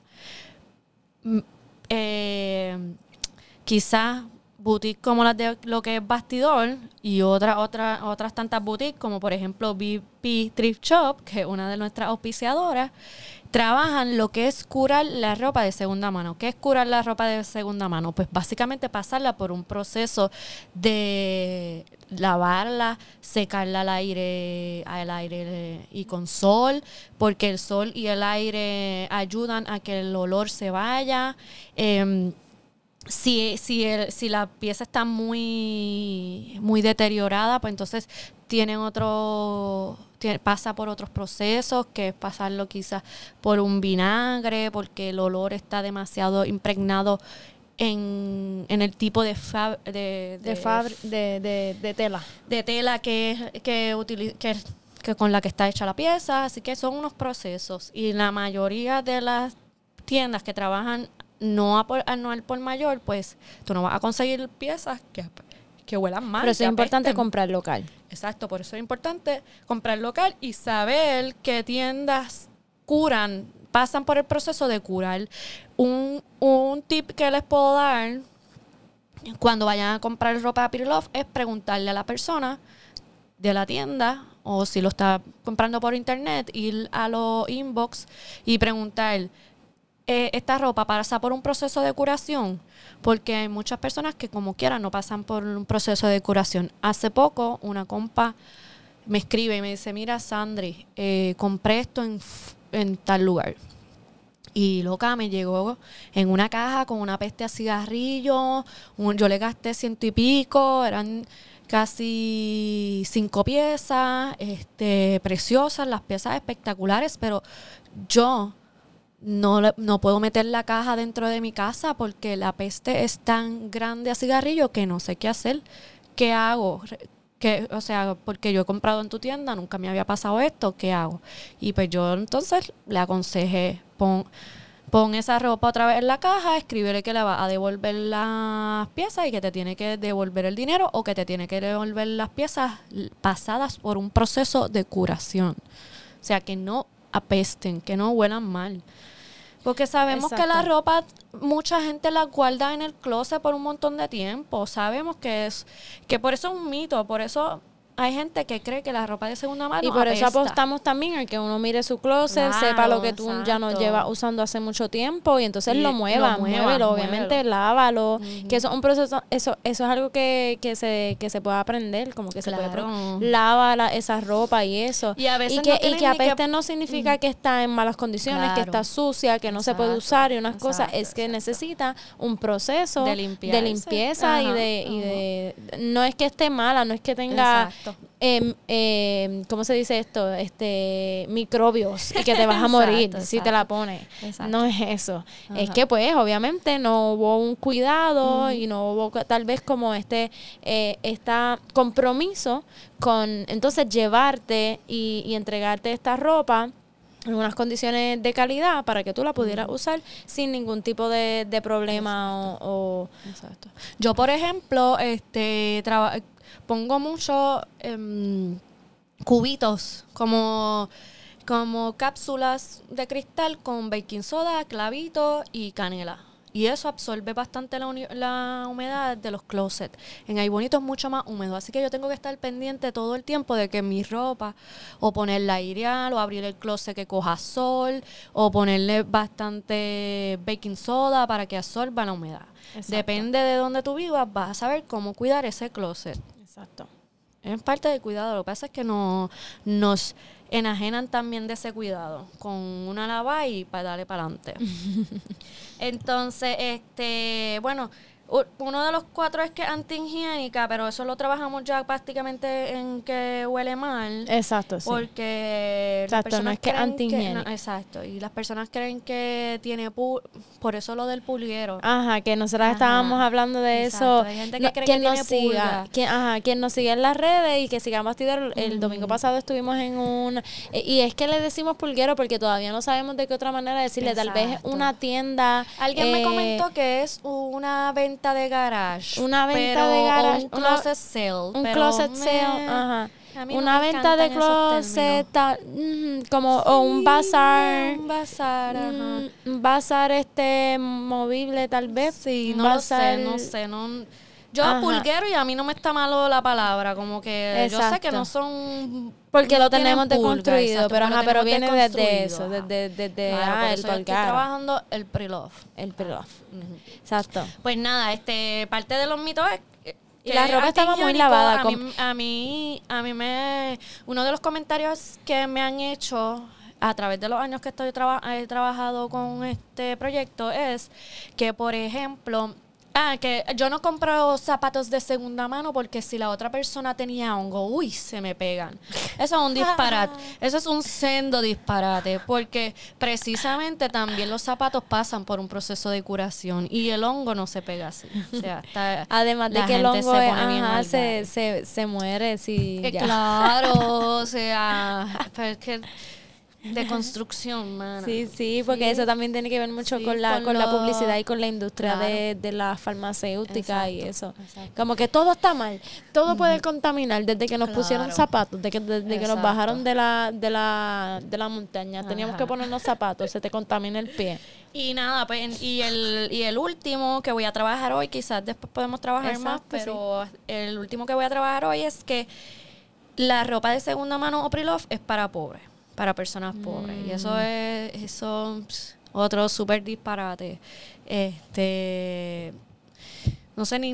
Quizás boutiques como las de lo que es Bastidor y otras tantas boutiques como por ejemplo BP Thrift Shop, que es una de nuestras auspiciadoras, trabajan lo que es curar la ropa de segunda mano. ¿Qué es curar la ropa de segunda mano? Pues básicamente pasarla por un proceso de lavarla, secarla al aire y con sol, porque el sol y el aire ayudan a que el olor se vaya. Si la pieza está muy deteriorada, pues entonces pasa por otros procesos, que es pasarlo quizás por un vinagre, porque el olor está demasiado impregnado en el tipo de tela. De tela que con la que está hecha la pieza. Así que son unos procesos. Y la mayoría de las tiendas que trabajan no al por mayor, pues tú no vas a conseguir piezas que huelan mal. Pero eso es importante comprar local. Exacto, por eso es importante comprar local y saber qué tiendas pasan por el proceso de curar. Un tip que les puedo dar cuando vayan a comprar ropa pre-love es preguntarle a la persona de la tienda, o si lo está comprando por internet, ir a los inbox y preguntar, esta ropa pasa por un proceso de curación, porque hay muchas personas que como quiera no pasan por un proceso de curación. Hace poco una compa me escribe y me dice, mira Sandri, compré esto en tal lugar. Y loca, me llegó en una caja con una peste a cigarrillo, yo le gasté 100 y pico, eran casi 5 piezas, preciosas, las piezas espectaculares, pero yo no puedo meter la caja dentro de mi casa porque la peste es tan grande a cigarrillo que no sé qué hacer. ¿Qué hago? Porque yo he comprado en tu tienda, nunca me había pasado esto, ¿qué hago? Y pues yo entonces le aconsejé, pon esa ropa otra vez en la caja, escríbele que le va a devolver las piezas y que te tiene que devolver el dinero, o que te tiene que devolver las piezas pasadas por un proceso de curación. O sea, que no apesten, que no huelan mal. Porque sabemos que la ropa, mucha gente la guarda en el closet por un montón de tiempo. Sabemos que por eso es un mito. Por eso hay gente que cree que la ropa de segunda mano y por apesta. eso apostamos también a que uno mire su closet, claro, sepa lo que tú ya no llevas usando hace mucho tiempo y entonces lo muévelo, obviamente lávalo, que eso es un proceso, eso es algo que se puede aprender, como que claro, se puede lava esa ropa y eso, y a veces y que apeste no significa que está en malas condiciones, claro, que está sucia, que no se puede usar y unas cosas, es que necesita un proceso de limpieza y de no es que esté mala, no es que tenga ¿cómo se dice esto? Microbios y que te vas a morir si te la pones. Exacto. No es eso. Ajá. Es que pues obviamente no hubo un cuidado y no hubo tal vez como este compromiso con entonces llevarte y entregarte esta ropa en unas condiciones de calidad para que tú la pudieras usar sin ningún tipo de problema. Exacto. Yo, por ejemplo, pongo mucho cubitos como cápsulas de cristal con baking soda, clavito y canela. Y eso absorbe bastante la humedad de los closets. En Ay Bonito es mucho más húmedo, así que yo tengo que estar pendiente todo el tiempo de que mi ropa, o ponerla a airear, o abrir el closet que coja sol, o ponerle bastante baking soda para que absorba la humedad. Exacto. Depende de dónde tú vivas, vas a saber cómo cuidar ese closet. Exacto. Es parte del cuidado. Lo que pasa es que nos enajenan también de ese cuidado con una lava y para darle para adelante. Entonces, bueno, uno de los 4 es que es antihigiénica, pero eso lo trabajamos ya prácticamente en que huele mal. Exacto, sí. Porque Exacto, no es que antihigiénica. Exacto, y las personas creen que tiene por eso lo del pulguero. Ajá, que nosotras estábamos hablando de Exacto. eso. Hay gente que cree que tiene pulga. Quien nos sigue en las redes y que siga Bastidor. El domingo pasado estuvimos en un... y es que le decimos pulguero porque todavía no sabemos de qué otra manera decirle. Exacto. Tal vez una tienda... Alguien me comentó que es una venta de garage. Una venta de garage. Un closet sale. Un closet sale, ajá. Una venta de closet, como o un bazar. Un bazar, ajá. Un bazar movible tal vez. Sí, un no bazar, lo sé. Yo pulguero y a mí no me está malo la palabra, como que yo sé que no son... Porque no lo tenemos tienen pulga, deconstruido, exacto, pero viene desde deconstruido, eso, desde claro, por el eso yo estoy colgado. trabajando el pre-love. El pre-love. Exacto. Pues nada, parte de los mitos es y la ropa estaba muy lavada. A mí uno de los comentarios que me han hecho a través de los años que he trabajado con este proyecto es que, por ejemplo, que yo no compro zapatos de segunda mano porque si la otra persona tenía hongo, se me pegan. Eso es un disparate. Eso es un sendo disparate porque precisamente también los zapatos pasan por un proceso de curación y el hongo no se pega así. O sea, además de que el hongo se muere si ya. Claro, o sea, pero es que de construcción, mana. Sí, porque eso también tiene que ver mucho con la publicidad y con la industria de la farmacéutica y eso. Exacto. Como que todo está mal, todo puede contaminar desde que nos pusieron zapatos, desde que nos bajaron de la montaña. Teníamos que ponernos zapatos, se te contamina el pie. Y nada, pues, y el último que voy a trabajar hoy, quizás después podemos trabajar más, pero el último que voy a trabajar hoy es que la ropa de segunda mano o pre-love es para pobres. Para personas pobres. Y eso es otro súper disparate. No sé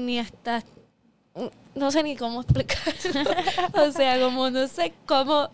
no sé ni cómo explicarlo. O sea, como no sé cómo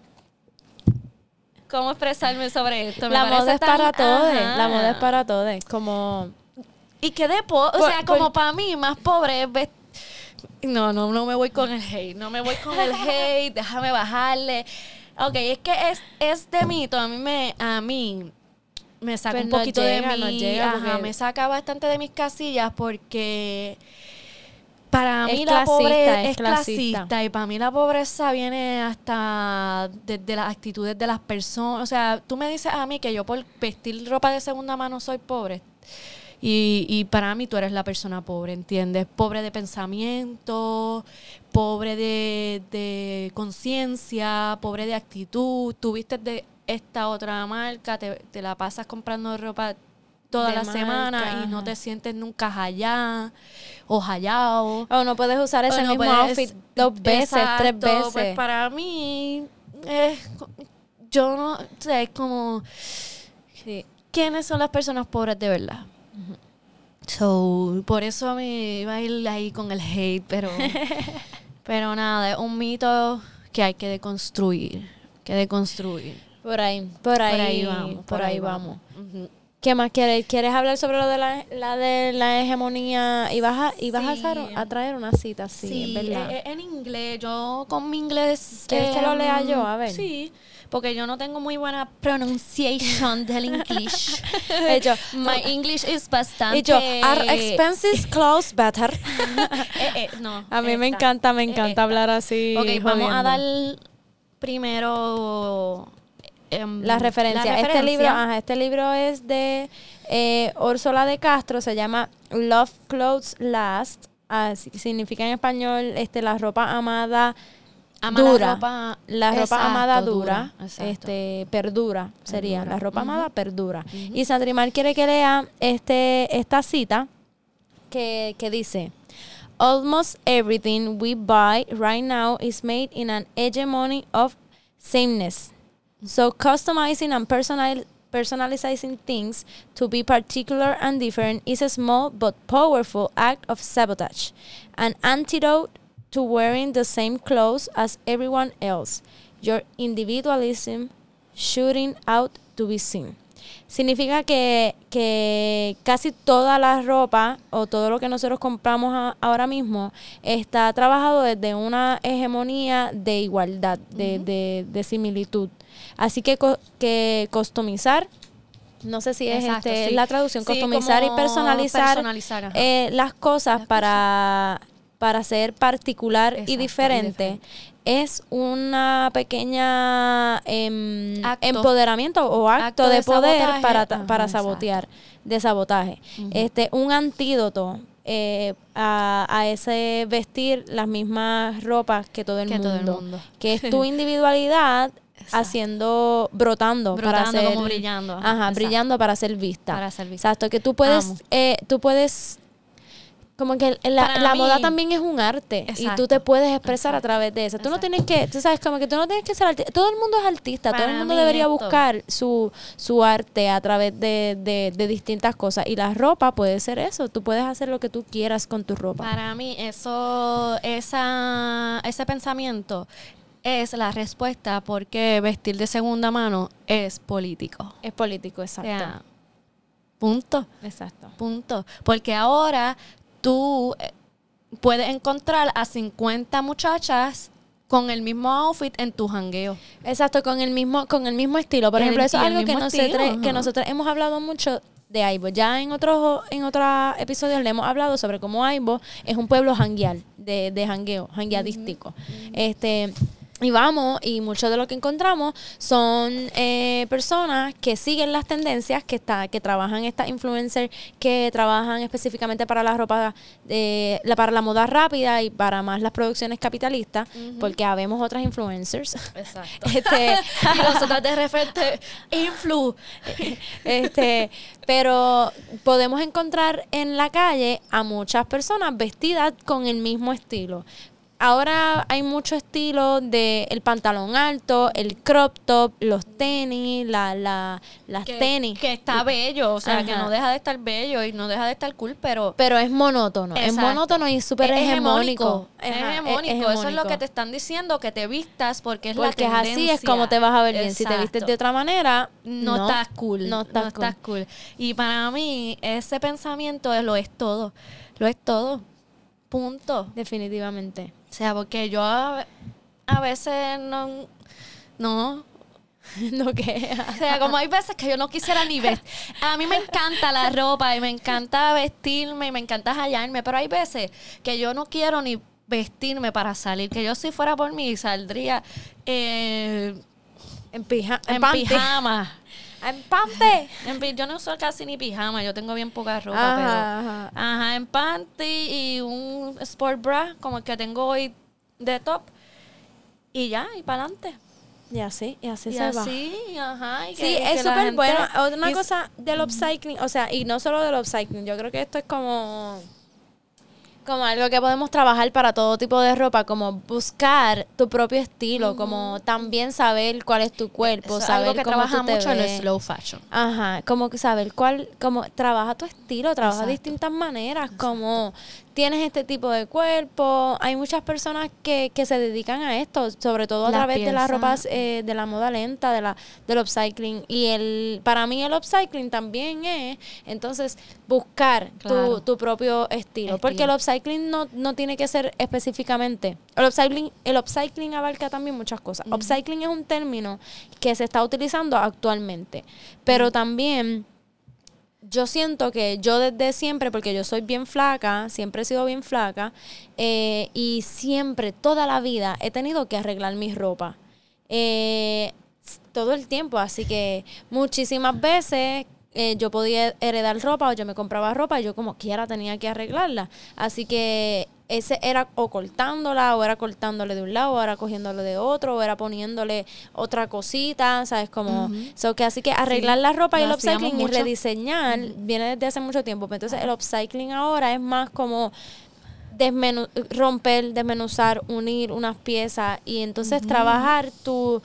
expresarme sobre esto. La moda es para todos. La moda es para todos. Como... Y que como para mí, más pobre es No me voy con el hate. No me voy con el hate. Déjame bajarle. Ok, es que es de mito. A mí me saca un poquito de mí. Me saca bastante de mis casillas porque para mí la pobreza es clasista. Y para mí la pobreza viene hasta desde las actitudes de las personas. O sea, tú me dices a mí que yo por vestir ropa de segunda mano soy pobre. Y para mí tú eres la persona pobre, ¿entiendes? Pobre de pensamiento, pobre de conciencia, pobre de actitud. Tú vistes de esta otra marca, te la pasas comprando ropa toda la semana y no te sientes nunca hallá o hallado. O no puedes usar ese mismo outfit 2 veces, 3 veces. Pues para mí, yo no sé, es como... Sí. ¿Quiénes son las personas pobres de verdad? So, por eso me iba a ir ahí con el hate, pero nada, es un mito que hay que deconstruir. Por ahí vamos. Uh-huh. ¿Qué más quieres? ¿Quieres hablar sobre lo de la hegemonía? Y vas a traer una cita así, sí, ¿verdad? En inglés. Yo con mi inglés... ¿Quieres que lo lea yo? A ver. Sí, porque yo no tengo muy buena pronunciation del English. My English is bastante... Are expenses close better? No. A mí me encanta hablar así. Ok, vamos a dar primero... la referencia. Este libro es de Úrsula de Castro, se llama Love Clothes Last, significa en español la ropa amada Ama dura. la ropa Exacto, amada dura. exacto. Perdura sería. Perdura. La ropa amada perdura. Ujú. Y Sandrimar quiere que lea esta cita que dice: Almost everything we buy right now is made in an hegemony of sameness. So customizing and personalizing things to be particular and different is a small but powerful act of sabotage, an antidote to wearing the same clothes as everyone else. Your individualism shooting out to be seen. Significa que casi toda la ropa o todo lo que nosotros compramos ahora mismo está trabajado desde una hegemonía de igualdad, de similitud. Así que customizar, no sé si es Exacto, sí. la traducción, Sí, customizar y como personalizar, personalizar, ajá. las cosas para ser particular Exacto, y diferente. Es una pequeña empoderamiento o acto de poder sabotaje. para Ajá, sabotear, de sabotaje. Un antídoto a ese vestir las mismas ropas que todo el mundo. Que es tu individualidad brotando para ser, como brillando. Ajá, brillando para ser vista. Para ser vista. Exacto, que tú puedes como que la moda también es un arte. Exacto. Y tú te puedes expresar a través de eso. Tú no tienes que, tú sabes, como que tú no tienes que ser artista. Todo el mundo es artista. Todo el mundo debería buscar su arte a través de distintas cosas. Y la ropa puede ser eso. Tú puedes hacer lo que tú quieras con tu ropa. Para mí, ese pensamiento es la respuesta porque vestir de segunda mano es político. Es político, exacto. O sea, punto. Exacto. Punto. Porque ahora tú puedes encontrar a 50 muchachas con el mismo outfit en tu jangueo. Exacto, con el mismo estilo. Por ejemplo, eso es algo que nosotros hemos hablado mucho de Aibo. Ya en otros episodios le hemos hablado sobre cómo Aibo es un pueblo jangueal, de jangueo, jangueadístico. Y vamos, y mucho de lo que encontramos son personas que siguen las tendencias, que trabajan estas influencers, que trabajan específicamente para la ropa, para la moda rápida y para más las producciones capitalistas, porque habemos otras influencers. Exacto. Y nosotras de repente, pero podemos encontrar en la calle a muchas personas vestidas con el mismo estilo. Ahora hay mucho estilo de el pantalón alto, el crop top, los tenis, las tenis. Que está bello, o sea, que no deja de estar bello y no deja de estar cool, pero es monótono. Exacto. Es monótono y súper hegemónico. Es hegemónico. Eso es lo que te están diciendo, que te vistas porque es la tendencia. Porque así es como te vas a ver bien. Si te vistes de otra manera, no estás cool. No estás cool. Y para mí, ese pensamiento lo es todo. Lo es todo. Punto. Definitivamente. O sea, porque yo a veces no que o sea, como hay veces que yo no quisiera ni vestir. A mí me encanta la ropa y me encanta vestirme y me encanta hallarme, pero hay veces que yo no quiero ni vestirme para salir. Que yo si fuera por mí saldría en pijama. En panty. Yo no uso casi ni pijama, yo tengo bien poca ropa, pero en panty y un sport bra como el que tengo hoy de top y ya, y para adelante. Y así y se así, va. Y sí, es súper bueno. Una cosa del upcycling, o sea, y no solo del upcycling, yo creo que esto es como algo que podemos trabajar para todo tipo de ropa, como buscar tu propio estilo, como también saber cuál es tu cuerpo, eso saber algo que cómo trabaja tú te mucho en el ves. slow fashion. Ajá, como que saber cómo trabaja tu estilo, trabaja de Exacto. distintas maneras, como tienes este tipo de cuerpo. Hay muchas personas que se dedican a esto, sobre todo a través de las ropas, de la moda lenta, del upcycling. Y para mí el upcycling también es, entonces, buscar tu propio estilo. Porque el upcycling no tiene que ser específicamente. El upcycling abarca también muchas cosas. Upcycling es un término que se está utilizando actualmente. Pero también yo siento que yo desde siempre, porque yo soy bien flaca, siempre he sido bien flaca, y siempre, toda la vida, he tenido que arreglar mi ropa. Todo el tiempo. Así que muchísimas veces yo podía heredar ropa o yo me compraba ropa y yo como quiera tenía que arreglarla. Así que ese era o cortándola, o era cortándole de un lado, o era cogiéndole de otro, o era poniéndole otra cosita, ¿sabes? Como, que así que arreglar la ropa y el upcycling y rediseñar viene desde hace mucho tiempo. Pero entonces el upcycling ahora es más como romper, desmenuzar, unir unas piezas y entonces trabajar tu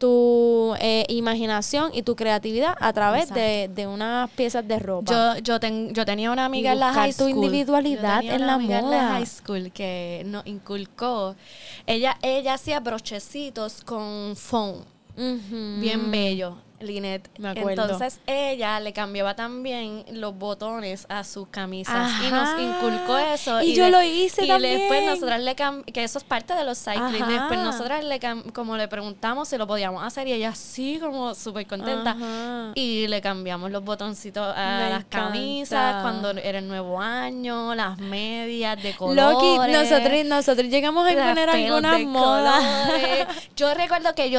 imaginación y tu creatividad a través de unas piezas de ropa. Yo tenía una amiga en la high school. Tu individualidad en la moda. En la high school que nos inculcó. Ella hacía brochecitos con foam. Bien bello. Lynette. Me acuerdo. Entonces ella le cambiaba también los botones a sus camisas y nos inculcó eso. Y yo lo hice también. Y después nosotras que eso es parte de los cycling. Después nosotras como le preguntamos si lo podíamos hacer y ella así como súper contenta. Y le cambiamos los botoncitos a las camisas cuando era el nuevo año, las medias de colores. Loki, nosotros llegamos a imponer algunas modas. Yo recuerdo que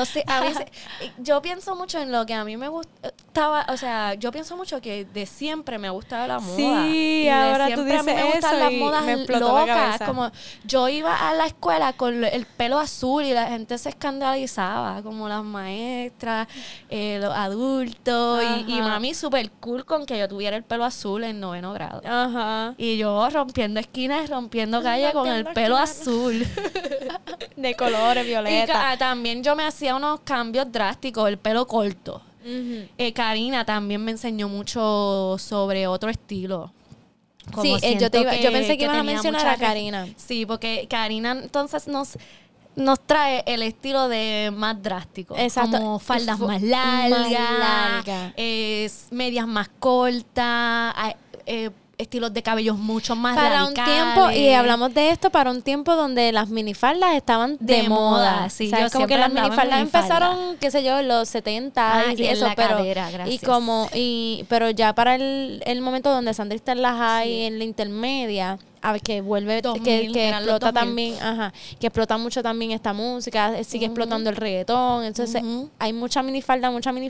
yo pienso mucho en lo que a mí me gustaba, o sea, yo pienso mucho que de siempre me ha gustado la moda. Sí, ahora tú dices me gustan eso las modas me explotó locas, la cabeza. como yo iba a la escuela con el pelo azul y la gente se escandalizaba, como las maestras, los adultos, y mami súper cool con que yo tuviera el pelo azul en 9º grado. Y yo rompiendo esquinas, rompiendo calle con el pelo azul. De colores, violeta. Y también yo me hacía unos cambios drásticos, el pelo corto. Karina también me enseñó mucho sobre otro estilo. Sí, yo pensé que ibas a mencionar a Karina. Sí, porque Karina entonces nos trae el estilo de más drástico. Exacto. Como faldas más largas. Medias más cortas, estilos de cabellos mucho más para radicales. Un tiempo, y hablamos de esto para un tiempo donde las minifaldas estaban de moda. Sí, ¿sabes? Como que las minifaldas empezaron, qué sé yo, en los 70 y eso, pero cadera, pero ya para el momento donde Sandra está en la high, en la intermedia, que vuelve, 2000, que explota también, que explota mucho también esta música, sigue explotando el reggaetón, entonces hay mucha minifalda.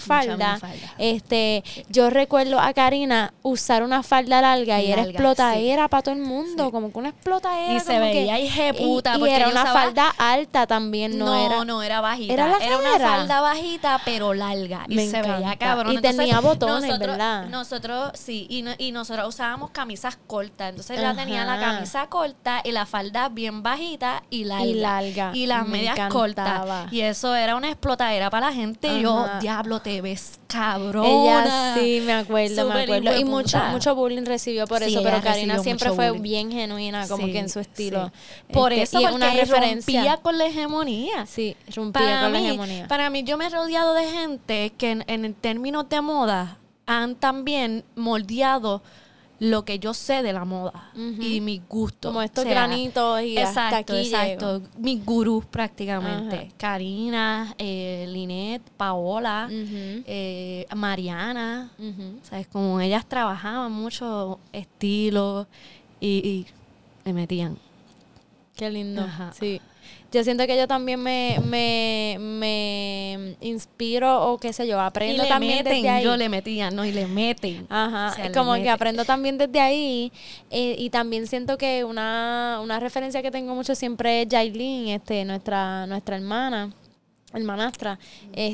Yo recuerdo a Karina usar una falda larga y era explotadera para todo el mundo, como que una explotadera. Y se veía hijeputa, porque era una falda alta también, no era bajita. Era una falda bajita, pero larga. Y se veía cabrón. Y tenía botones, ¿verdad? Nosotros, sí, y nosotros usábamos camisas cortas, entonces ya tenía la camisa corta y la falda bien bajita y larga. Y las medias cortas. Y eso era una explotadera para la gente. Y yo, diablo, te ves cabrona. Ella sí, me acuerdo. Y mucho bullying recibió por eso, pero Karina siempre fue bien genuina, como que en su estilo. Sí. Por eso, y porque una referencia. Rompía con la hegemonía. Sí, rompía con la hegemonía. Para mí, yo me he rodeado de gente que en términos de moda han también moldeado lo que yo sé de la moda y mis gustos. Como estos granitos y hasta aquí exacto. Mis gurús prácticamente. Karina, Lynette, Paola, Mariana. ¿Sabes? Como ellas trabajaban mucho estilo y le metían. Qué lindo. Sí. Yo siento que yo también me inspiro o qué sé yo, aprendo también desde ahí. Yo le metía, y le meten. O sea, como que aprendo también desde ahí. Y también siento que una referencia que tengo mucho siempre es Yailin, nuestra hermanastra,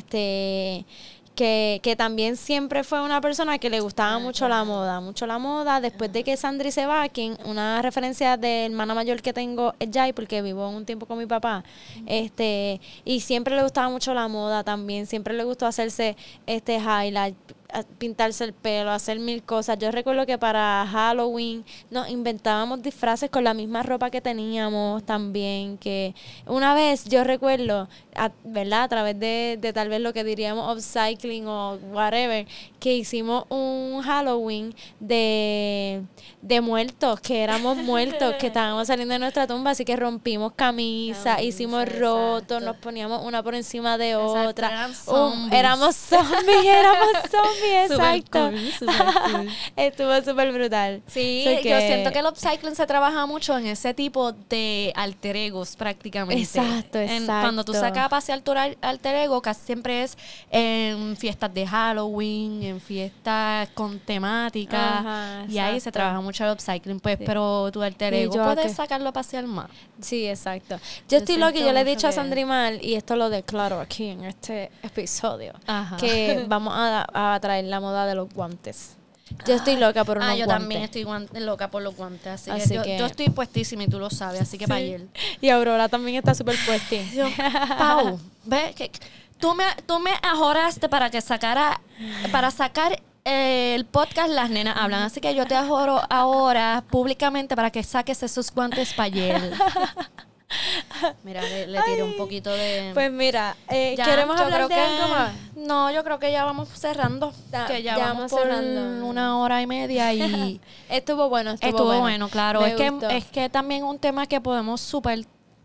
que también siempre fue una persona que le gustaba mucho la moda. Después de que Sandri se va, una referencia de hermana mayor que tengo es Jai, porque vivo un tiempo con mi papá, y siempre le gustaba mucho la moda también, siempre le gustó hacerse highlight, pintarse el pelo, hacer 1000 cosas. Yo recuerdo que para Halloween nos inventábamos disfraces con la misma ropa que teníamos también, que una vez yo recuerdo, ¿verdad? A través de tal vez lo que diríamos upcycling o whatever, que hicimos un Halloween de muertos, que éramos muertos, que estábamos saliendo de nuestra tumba, así que rompimos camisas, hicimos rotos, nos poníamos una por encima de otra. Éramos zombies. Éramos zombies. exacto. Super cool. Estuvo súper brutal. Sí, So yo siento que el upcycling se trabaja mucho en ese tipo de alter egos prácticamente. Exacto. Cuando tú sacas a pasear tu alter ego, casi siempre es en fiestas de Halloween, en fiestas con temática. Ajá, y ahí se trabaja mucho el upcycling, pues, Sí. pero tu alter Y ego yo puedes que- sacarlo a pasear más. Sí, exacto. Yo estoy loca y siento yo le he mucho dicho a que- Sandrimal, y esto lo declaro aquí en este episodio, Ajá. que vamos a traer la moda de los guantes. Yo estoy loca por unos yo guantes. también estoy loca por los guantes, así, Así que, que- yo estoy puestísima y tú lo sabes, así que para ayer. Y Aurora también está súper puesta. Pau, ve que tú me ajoraste para sacar el podcast Las Nenas Hablan, así que yo te ajoro ahora públicamente para que saques esos guantes para ayer. Mira, le tiré un poquito de... Pues mira, Ya, ¿queremos yo hablar creo de que- algo más? No, yo creo que ya vamos cerrando. Que ya vamos por cerrando. 1 hora y media y... Estuvo bueno, Estuvo bueno, claro. Me Es gustó. que también un tema que podemos súper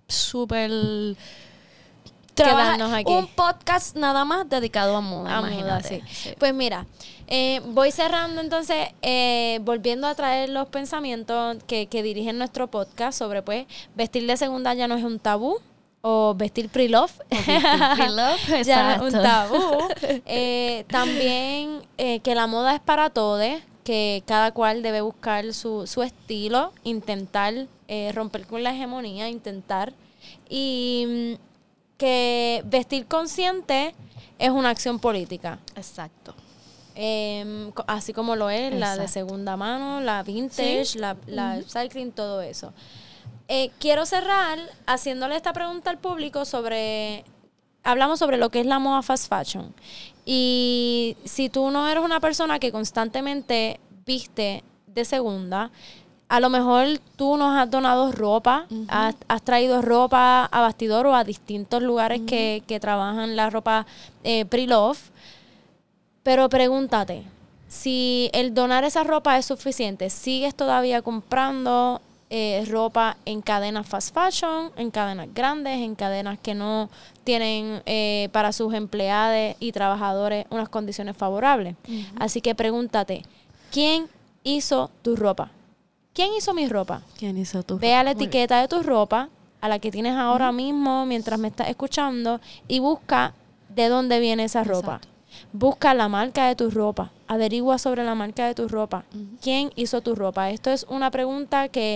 Quedarnos aquí. Un podcast nada más dedicado a moda, A moda, imagínate. sí. Pues mira, voy cerrando entonces, volviendo a traer los pensamientos que dirigen nuestro podcast sobre, pues, vestir de segunda ya no es un tabú, o vestir pre-love. Pre-love, Ya no es un exacto. tabú. También que la moda es para todos, que cada cual debe buscar su estilo, intentar romper con la hegemonía, intentar. Y que vestir consciente es una acción política. Exacto. Así como lo es la de Exacto. segunda mano, la vintage, Sí. la upcycling, todo eso. Quiero cerrar haciéndole esta pregunta al público hablamos sobre lo que es la moda fast fashion. Y si tú no eres una persona que constantemente viste de segunda, a lo mejor tú nos has donado ropa, has traído ropa a Bastidor o a distintos lugares que trabajan la ropa pre-love. Pero pregúntate, si el donar esa ropa es suficiente, ¿sigues todavía comprando ropa en cadenas fast fashion, en cadenas grandes, en cadenas que no tienen para sus empleados y trabajadores unas condiciones favorables? Así que pregúntate, ¿quién hizo tu ropa? ¿Quién hizo mi ropa? ¿Quién hizo tu Ve a la Muy etiqueta de tu ropa, a la que tienes ahora mismo mientras me estás escuchando, y busca de dónde viene esa ropa. Exacto. Busca la marca de tu ropa. Averigua sobre la marca de tu ropa. ¿Quién hizo tu ropa? Esto es una pregunta que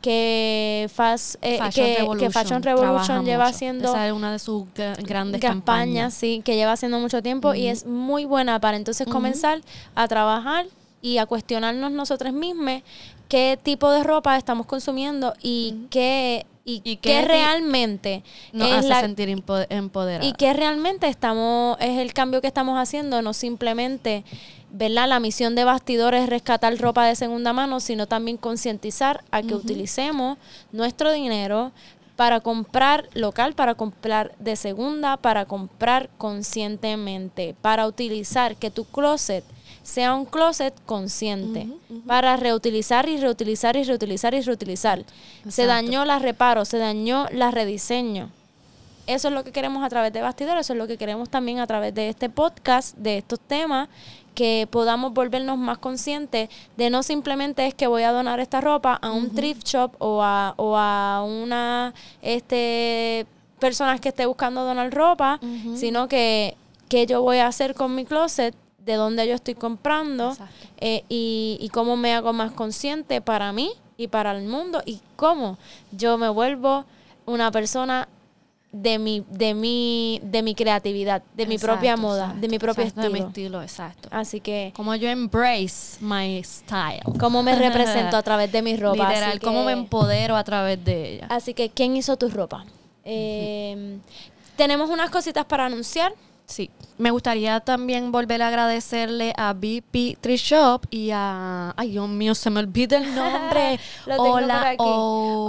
Fashion Revolution trabaja lleva mucho. haciendo Esa es una de sus grandes campañas, campañas. sí, que lleva haciendo mucho tiempo y es muy buena para entonces comenzar a trabajar y a cuestionarnos nosotros mismos qué tipo de ropa estamos consumiendo y qué realmente Nos es hace sentir empoderada. y que realmente es el cambio que estamos haciendo, no simplemente, ¿verdad? La misión de Bastidor es rescatar ropa de segunda mano, sino también concientizar a que utilicemos nuestro dinero para comprar local, para comprar de segunda, para comprar conscientemente, para utilizar que tu closet sea un closet consciente, para reutilizar y reutilizar y reutilizar y reutilizar. Se Exacto. dañó, la reparo, se dañó, la rediseño. Eso es lo que queremos a través de Bastidor, eso es lo que queremos también a través de este podcast, de estos temas, que podamos volvernos más conscientes de no simplemente es que voy a donar esta ropa a un thrift shop o a una personas que esté buscando donar ropa, sino que yo voy a hacer con mi closet, de dónde yo estoy comprando y cómo me hago más consciente para mí y para el mundo y cómo yo me vuelvo una persona de mi creatividad, de mi propia moda, de mi propio De mi estilo. estilo, exacto. Así que Como yo embrace my style. cómo me represento a través de mi ropa. Literal, así cómo que- me empodero a través de ella. Así que, ¿quién hizo tu ropa? Tenemos unas cositas para anunciar. Sí, me gustaría también volver a agradecerle a BP Thrift Shop y a... Ay, Dios mío, se me olvida el nombre. Lo tengo por aquí.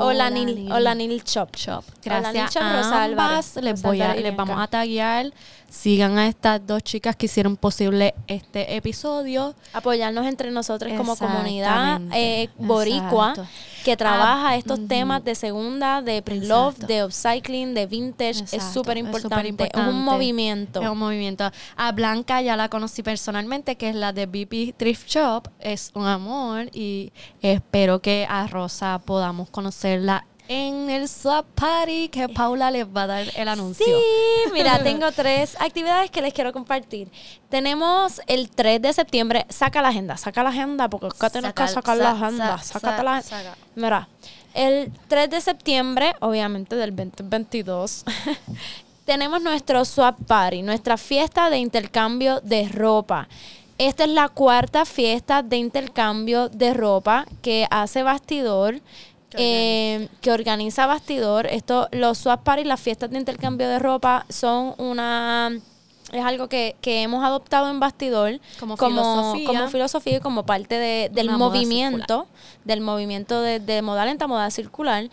Olanil Shop. Shop. Olanil Gracias Shop, a Rosa ambas. Álvarez. Les Rosa Álvarez y les vamos Bianca. a taguear. sigan a estas dos chicas que hicieron posible este episodio. Apoyarnos entre nosotros como comunidad boricua Exacto. que trabaja estos temas de segunda, de pre-love, Exacto. de upcycling, de vintage. Es Exacto, súper importante. Es superimportante. un movimiento. Es un movimiento. A Blanca ya la conocí personalmente, que es la de BP Thrift Shop. Es un amor y espero que a Rosa podamos conocerla en el Swap Party, que Paula les va a dar el anuncio. Sí, mira, tengo 3 actividades que les quiero compartir. Tenemos el 3 de septiembre. Saca la agenda, porque es que tienes que sacar la agenda. Sácate la agenda. Mira, el 3 de septiembre, obviamente del 2022, tenemos nuestro Swap Party, nuestra fiesta de intercambio de ropa. Esta es la 4ª fiesta de intercambio de ropa que hace Bastidor. Que organiza Bastidor. Los swap parties, las fiestas de intercambio de ropa son es algo que hemos adoptado en Bastidor como filosofía y como parte del movimiento de moda lenta, moda circular.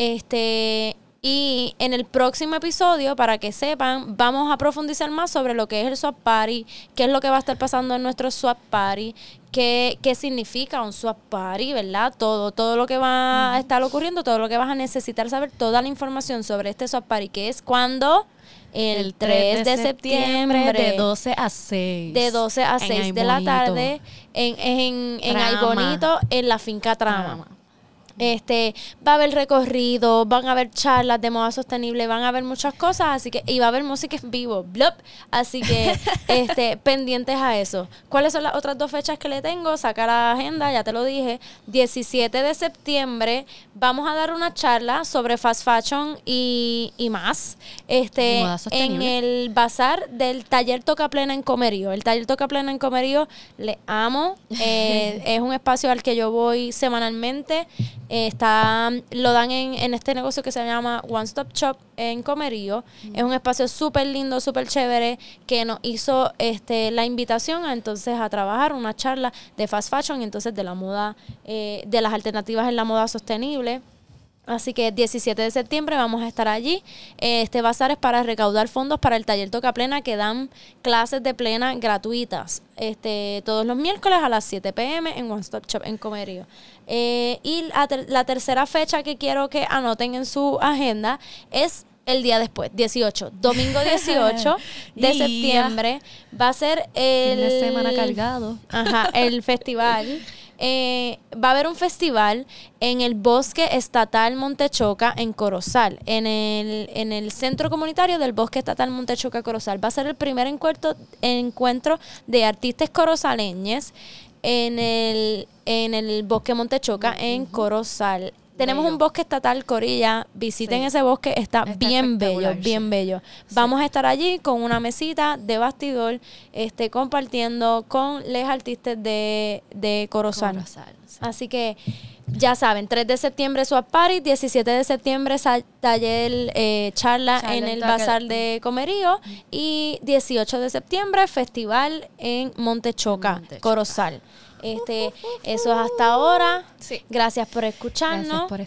Y en el próximo episodio, para que sepan, vamos a profundizar más sobre lo que es el swap party, qué es lo que va a estar pasando en nuestro swap party, qué significa un swap party, ¿verdad? Todo lo que va a estar ocurriendo, todo lo que vas a necesitar saber, toda la información sobre este swap party, que es cuando el 3 de septiembre de 12 a 6. De 12 a 6 de la tarde en Ay Bonito, en la finca Trama. Va a haber recorrido, van a haber charlas de moda sostenible, van a haber muchas cosas, así que, y va a haber música en vivo, ¡blup! Así que pendientes a eso. ¿Cuáles son las otras 2 fechas que le tengo? Saca la agenda, ya te lo dije. 17 de septiembre vamos a dar una charla sobre fast fashion y más. En el bazar del Taller Toca Plena en Comerío. El Taller Toca Plena en Comerío, le amo. Es un espacio al que yo voy semanalmente. Lo dan en este negocio que se llama One Stop Shop en Comerío. Es un espacio súper lindo, súper chévere, que nos hizo la invitación a trabajar una charla de fast fashion y entonces de la moda, de las alternativas en la moda sostenible. Así que el 17 de septiembre vamos a estar allí. Este bazar es para recaudar fondos para el Taller Toca Plena, que dan clases de plena gratuitas todos los miércoles a las 7 p.m. en One Stop Shop en Comerío. Y la tercera fecha que quiero que anoten en su agenda es el día después, 18. Domingo 18 de septiembre va a ser el... Fin de semana cargado. Ajá, el festival. Va a haber un festival en el Bosque Estatal Montechoca en Corozal, en el centro comunitario del Bosque Estatal Montechoca Corozal. Va a ser el primer encuentro de artistas corozaleños en el Bosque Montechoca en Corozal. Tenemos un bosque estatal, Corilla. Visiten ese bosque, está bien bello, bien bello. Vamos a estar allí con una mesita de Bastidor, compartiendo con los artistas de Corozal. Así que ya saben, 3 de septiembre Swap Party, 17 de septiembre taller charla en el Bazar de Comerío y 18 de septiembre festival en Montechoca, Corozal. Eso es hasta ahora. Sí. Gracias por escucharnos.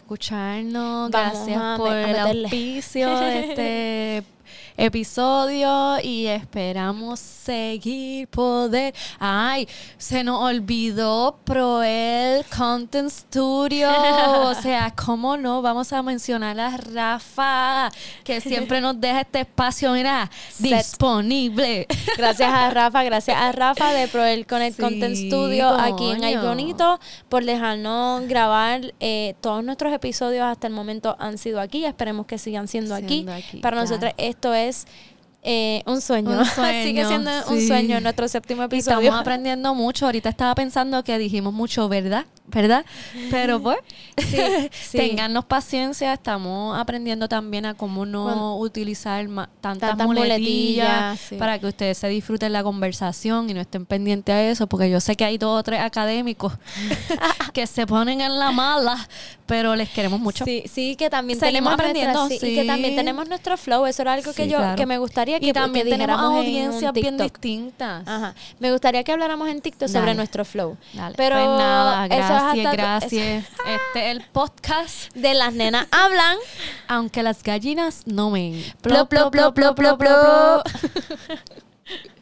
Gracias por el auspicio de este episodio y esperamos seguir poder. Ay, se nos olvidó Proel Content Studio. O sea, ¿cómo no? Vamos a mencionar a Rafa, que siempre nos deja este espacio, mira, disponible. Gracias a Rafa de Proel Content Studio aquí en Ay Bonito por dejarnos grabar. Todos nuestros episodios hasta el momento han sido aquí. Esperemos que sigan siendo aquí. Para nosotros esto es un sueño. Sigue siendo un sueño en nuestro 7º episodio. Estamos aprendiendo mucho. Ahorita estaba pensando que dijimos mucho, ¿verdad? Pero pues, téngannos paciencia. Estamos aprendiendo también a cómo no utilizar tantas muletillas para que ustedes se disfruten la conversación y no estén pendientes a eso, porque yo sé que hay 2 o 3 académicos que se ponen en la mala, pero les queremos mucho. Sí, que también seguimos aprendiendo. Y que también tenemos nuestro flow. Eso era algo que me gustaría gustaría Y también que tenemos dijéramos en un audiencias bien TikTok. distintas. Ajá. Me gustaría que habláramos en TikTok sobre Dale. nuestro flow. Dale. Pero Pues nada, eso es gracias, hasta- gracias. Este es el podcast. De las nenas hablan. Aunque las gallinas no men. Plop, plop, plop, plop, plop, plop.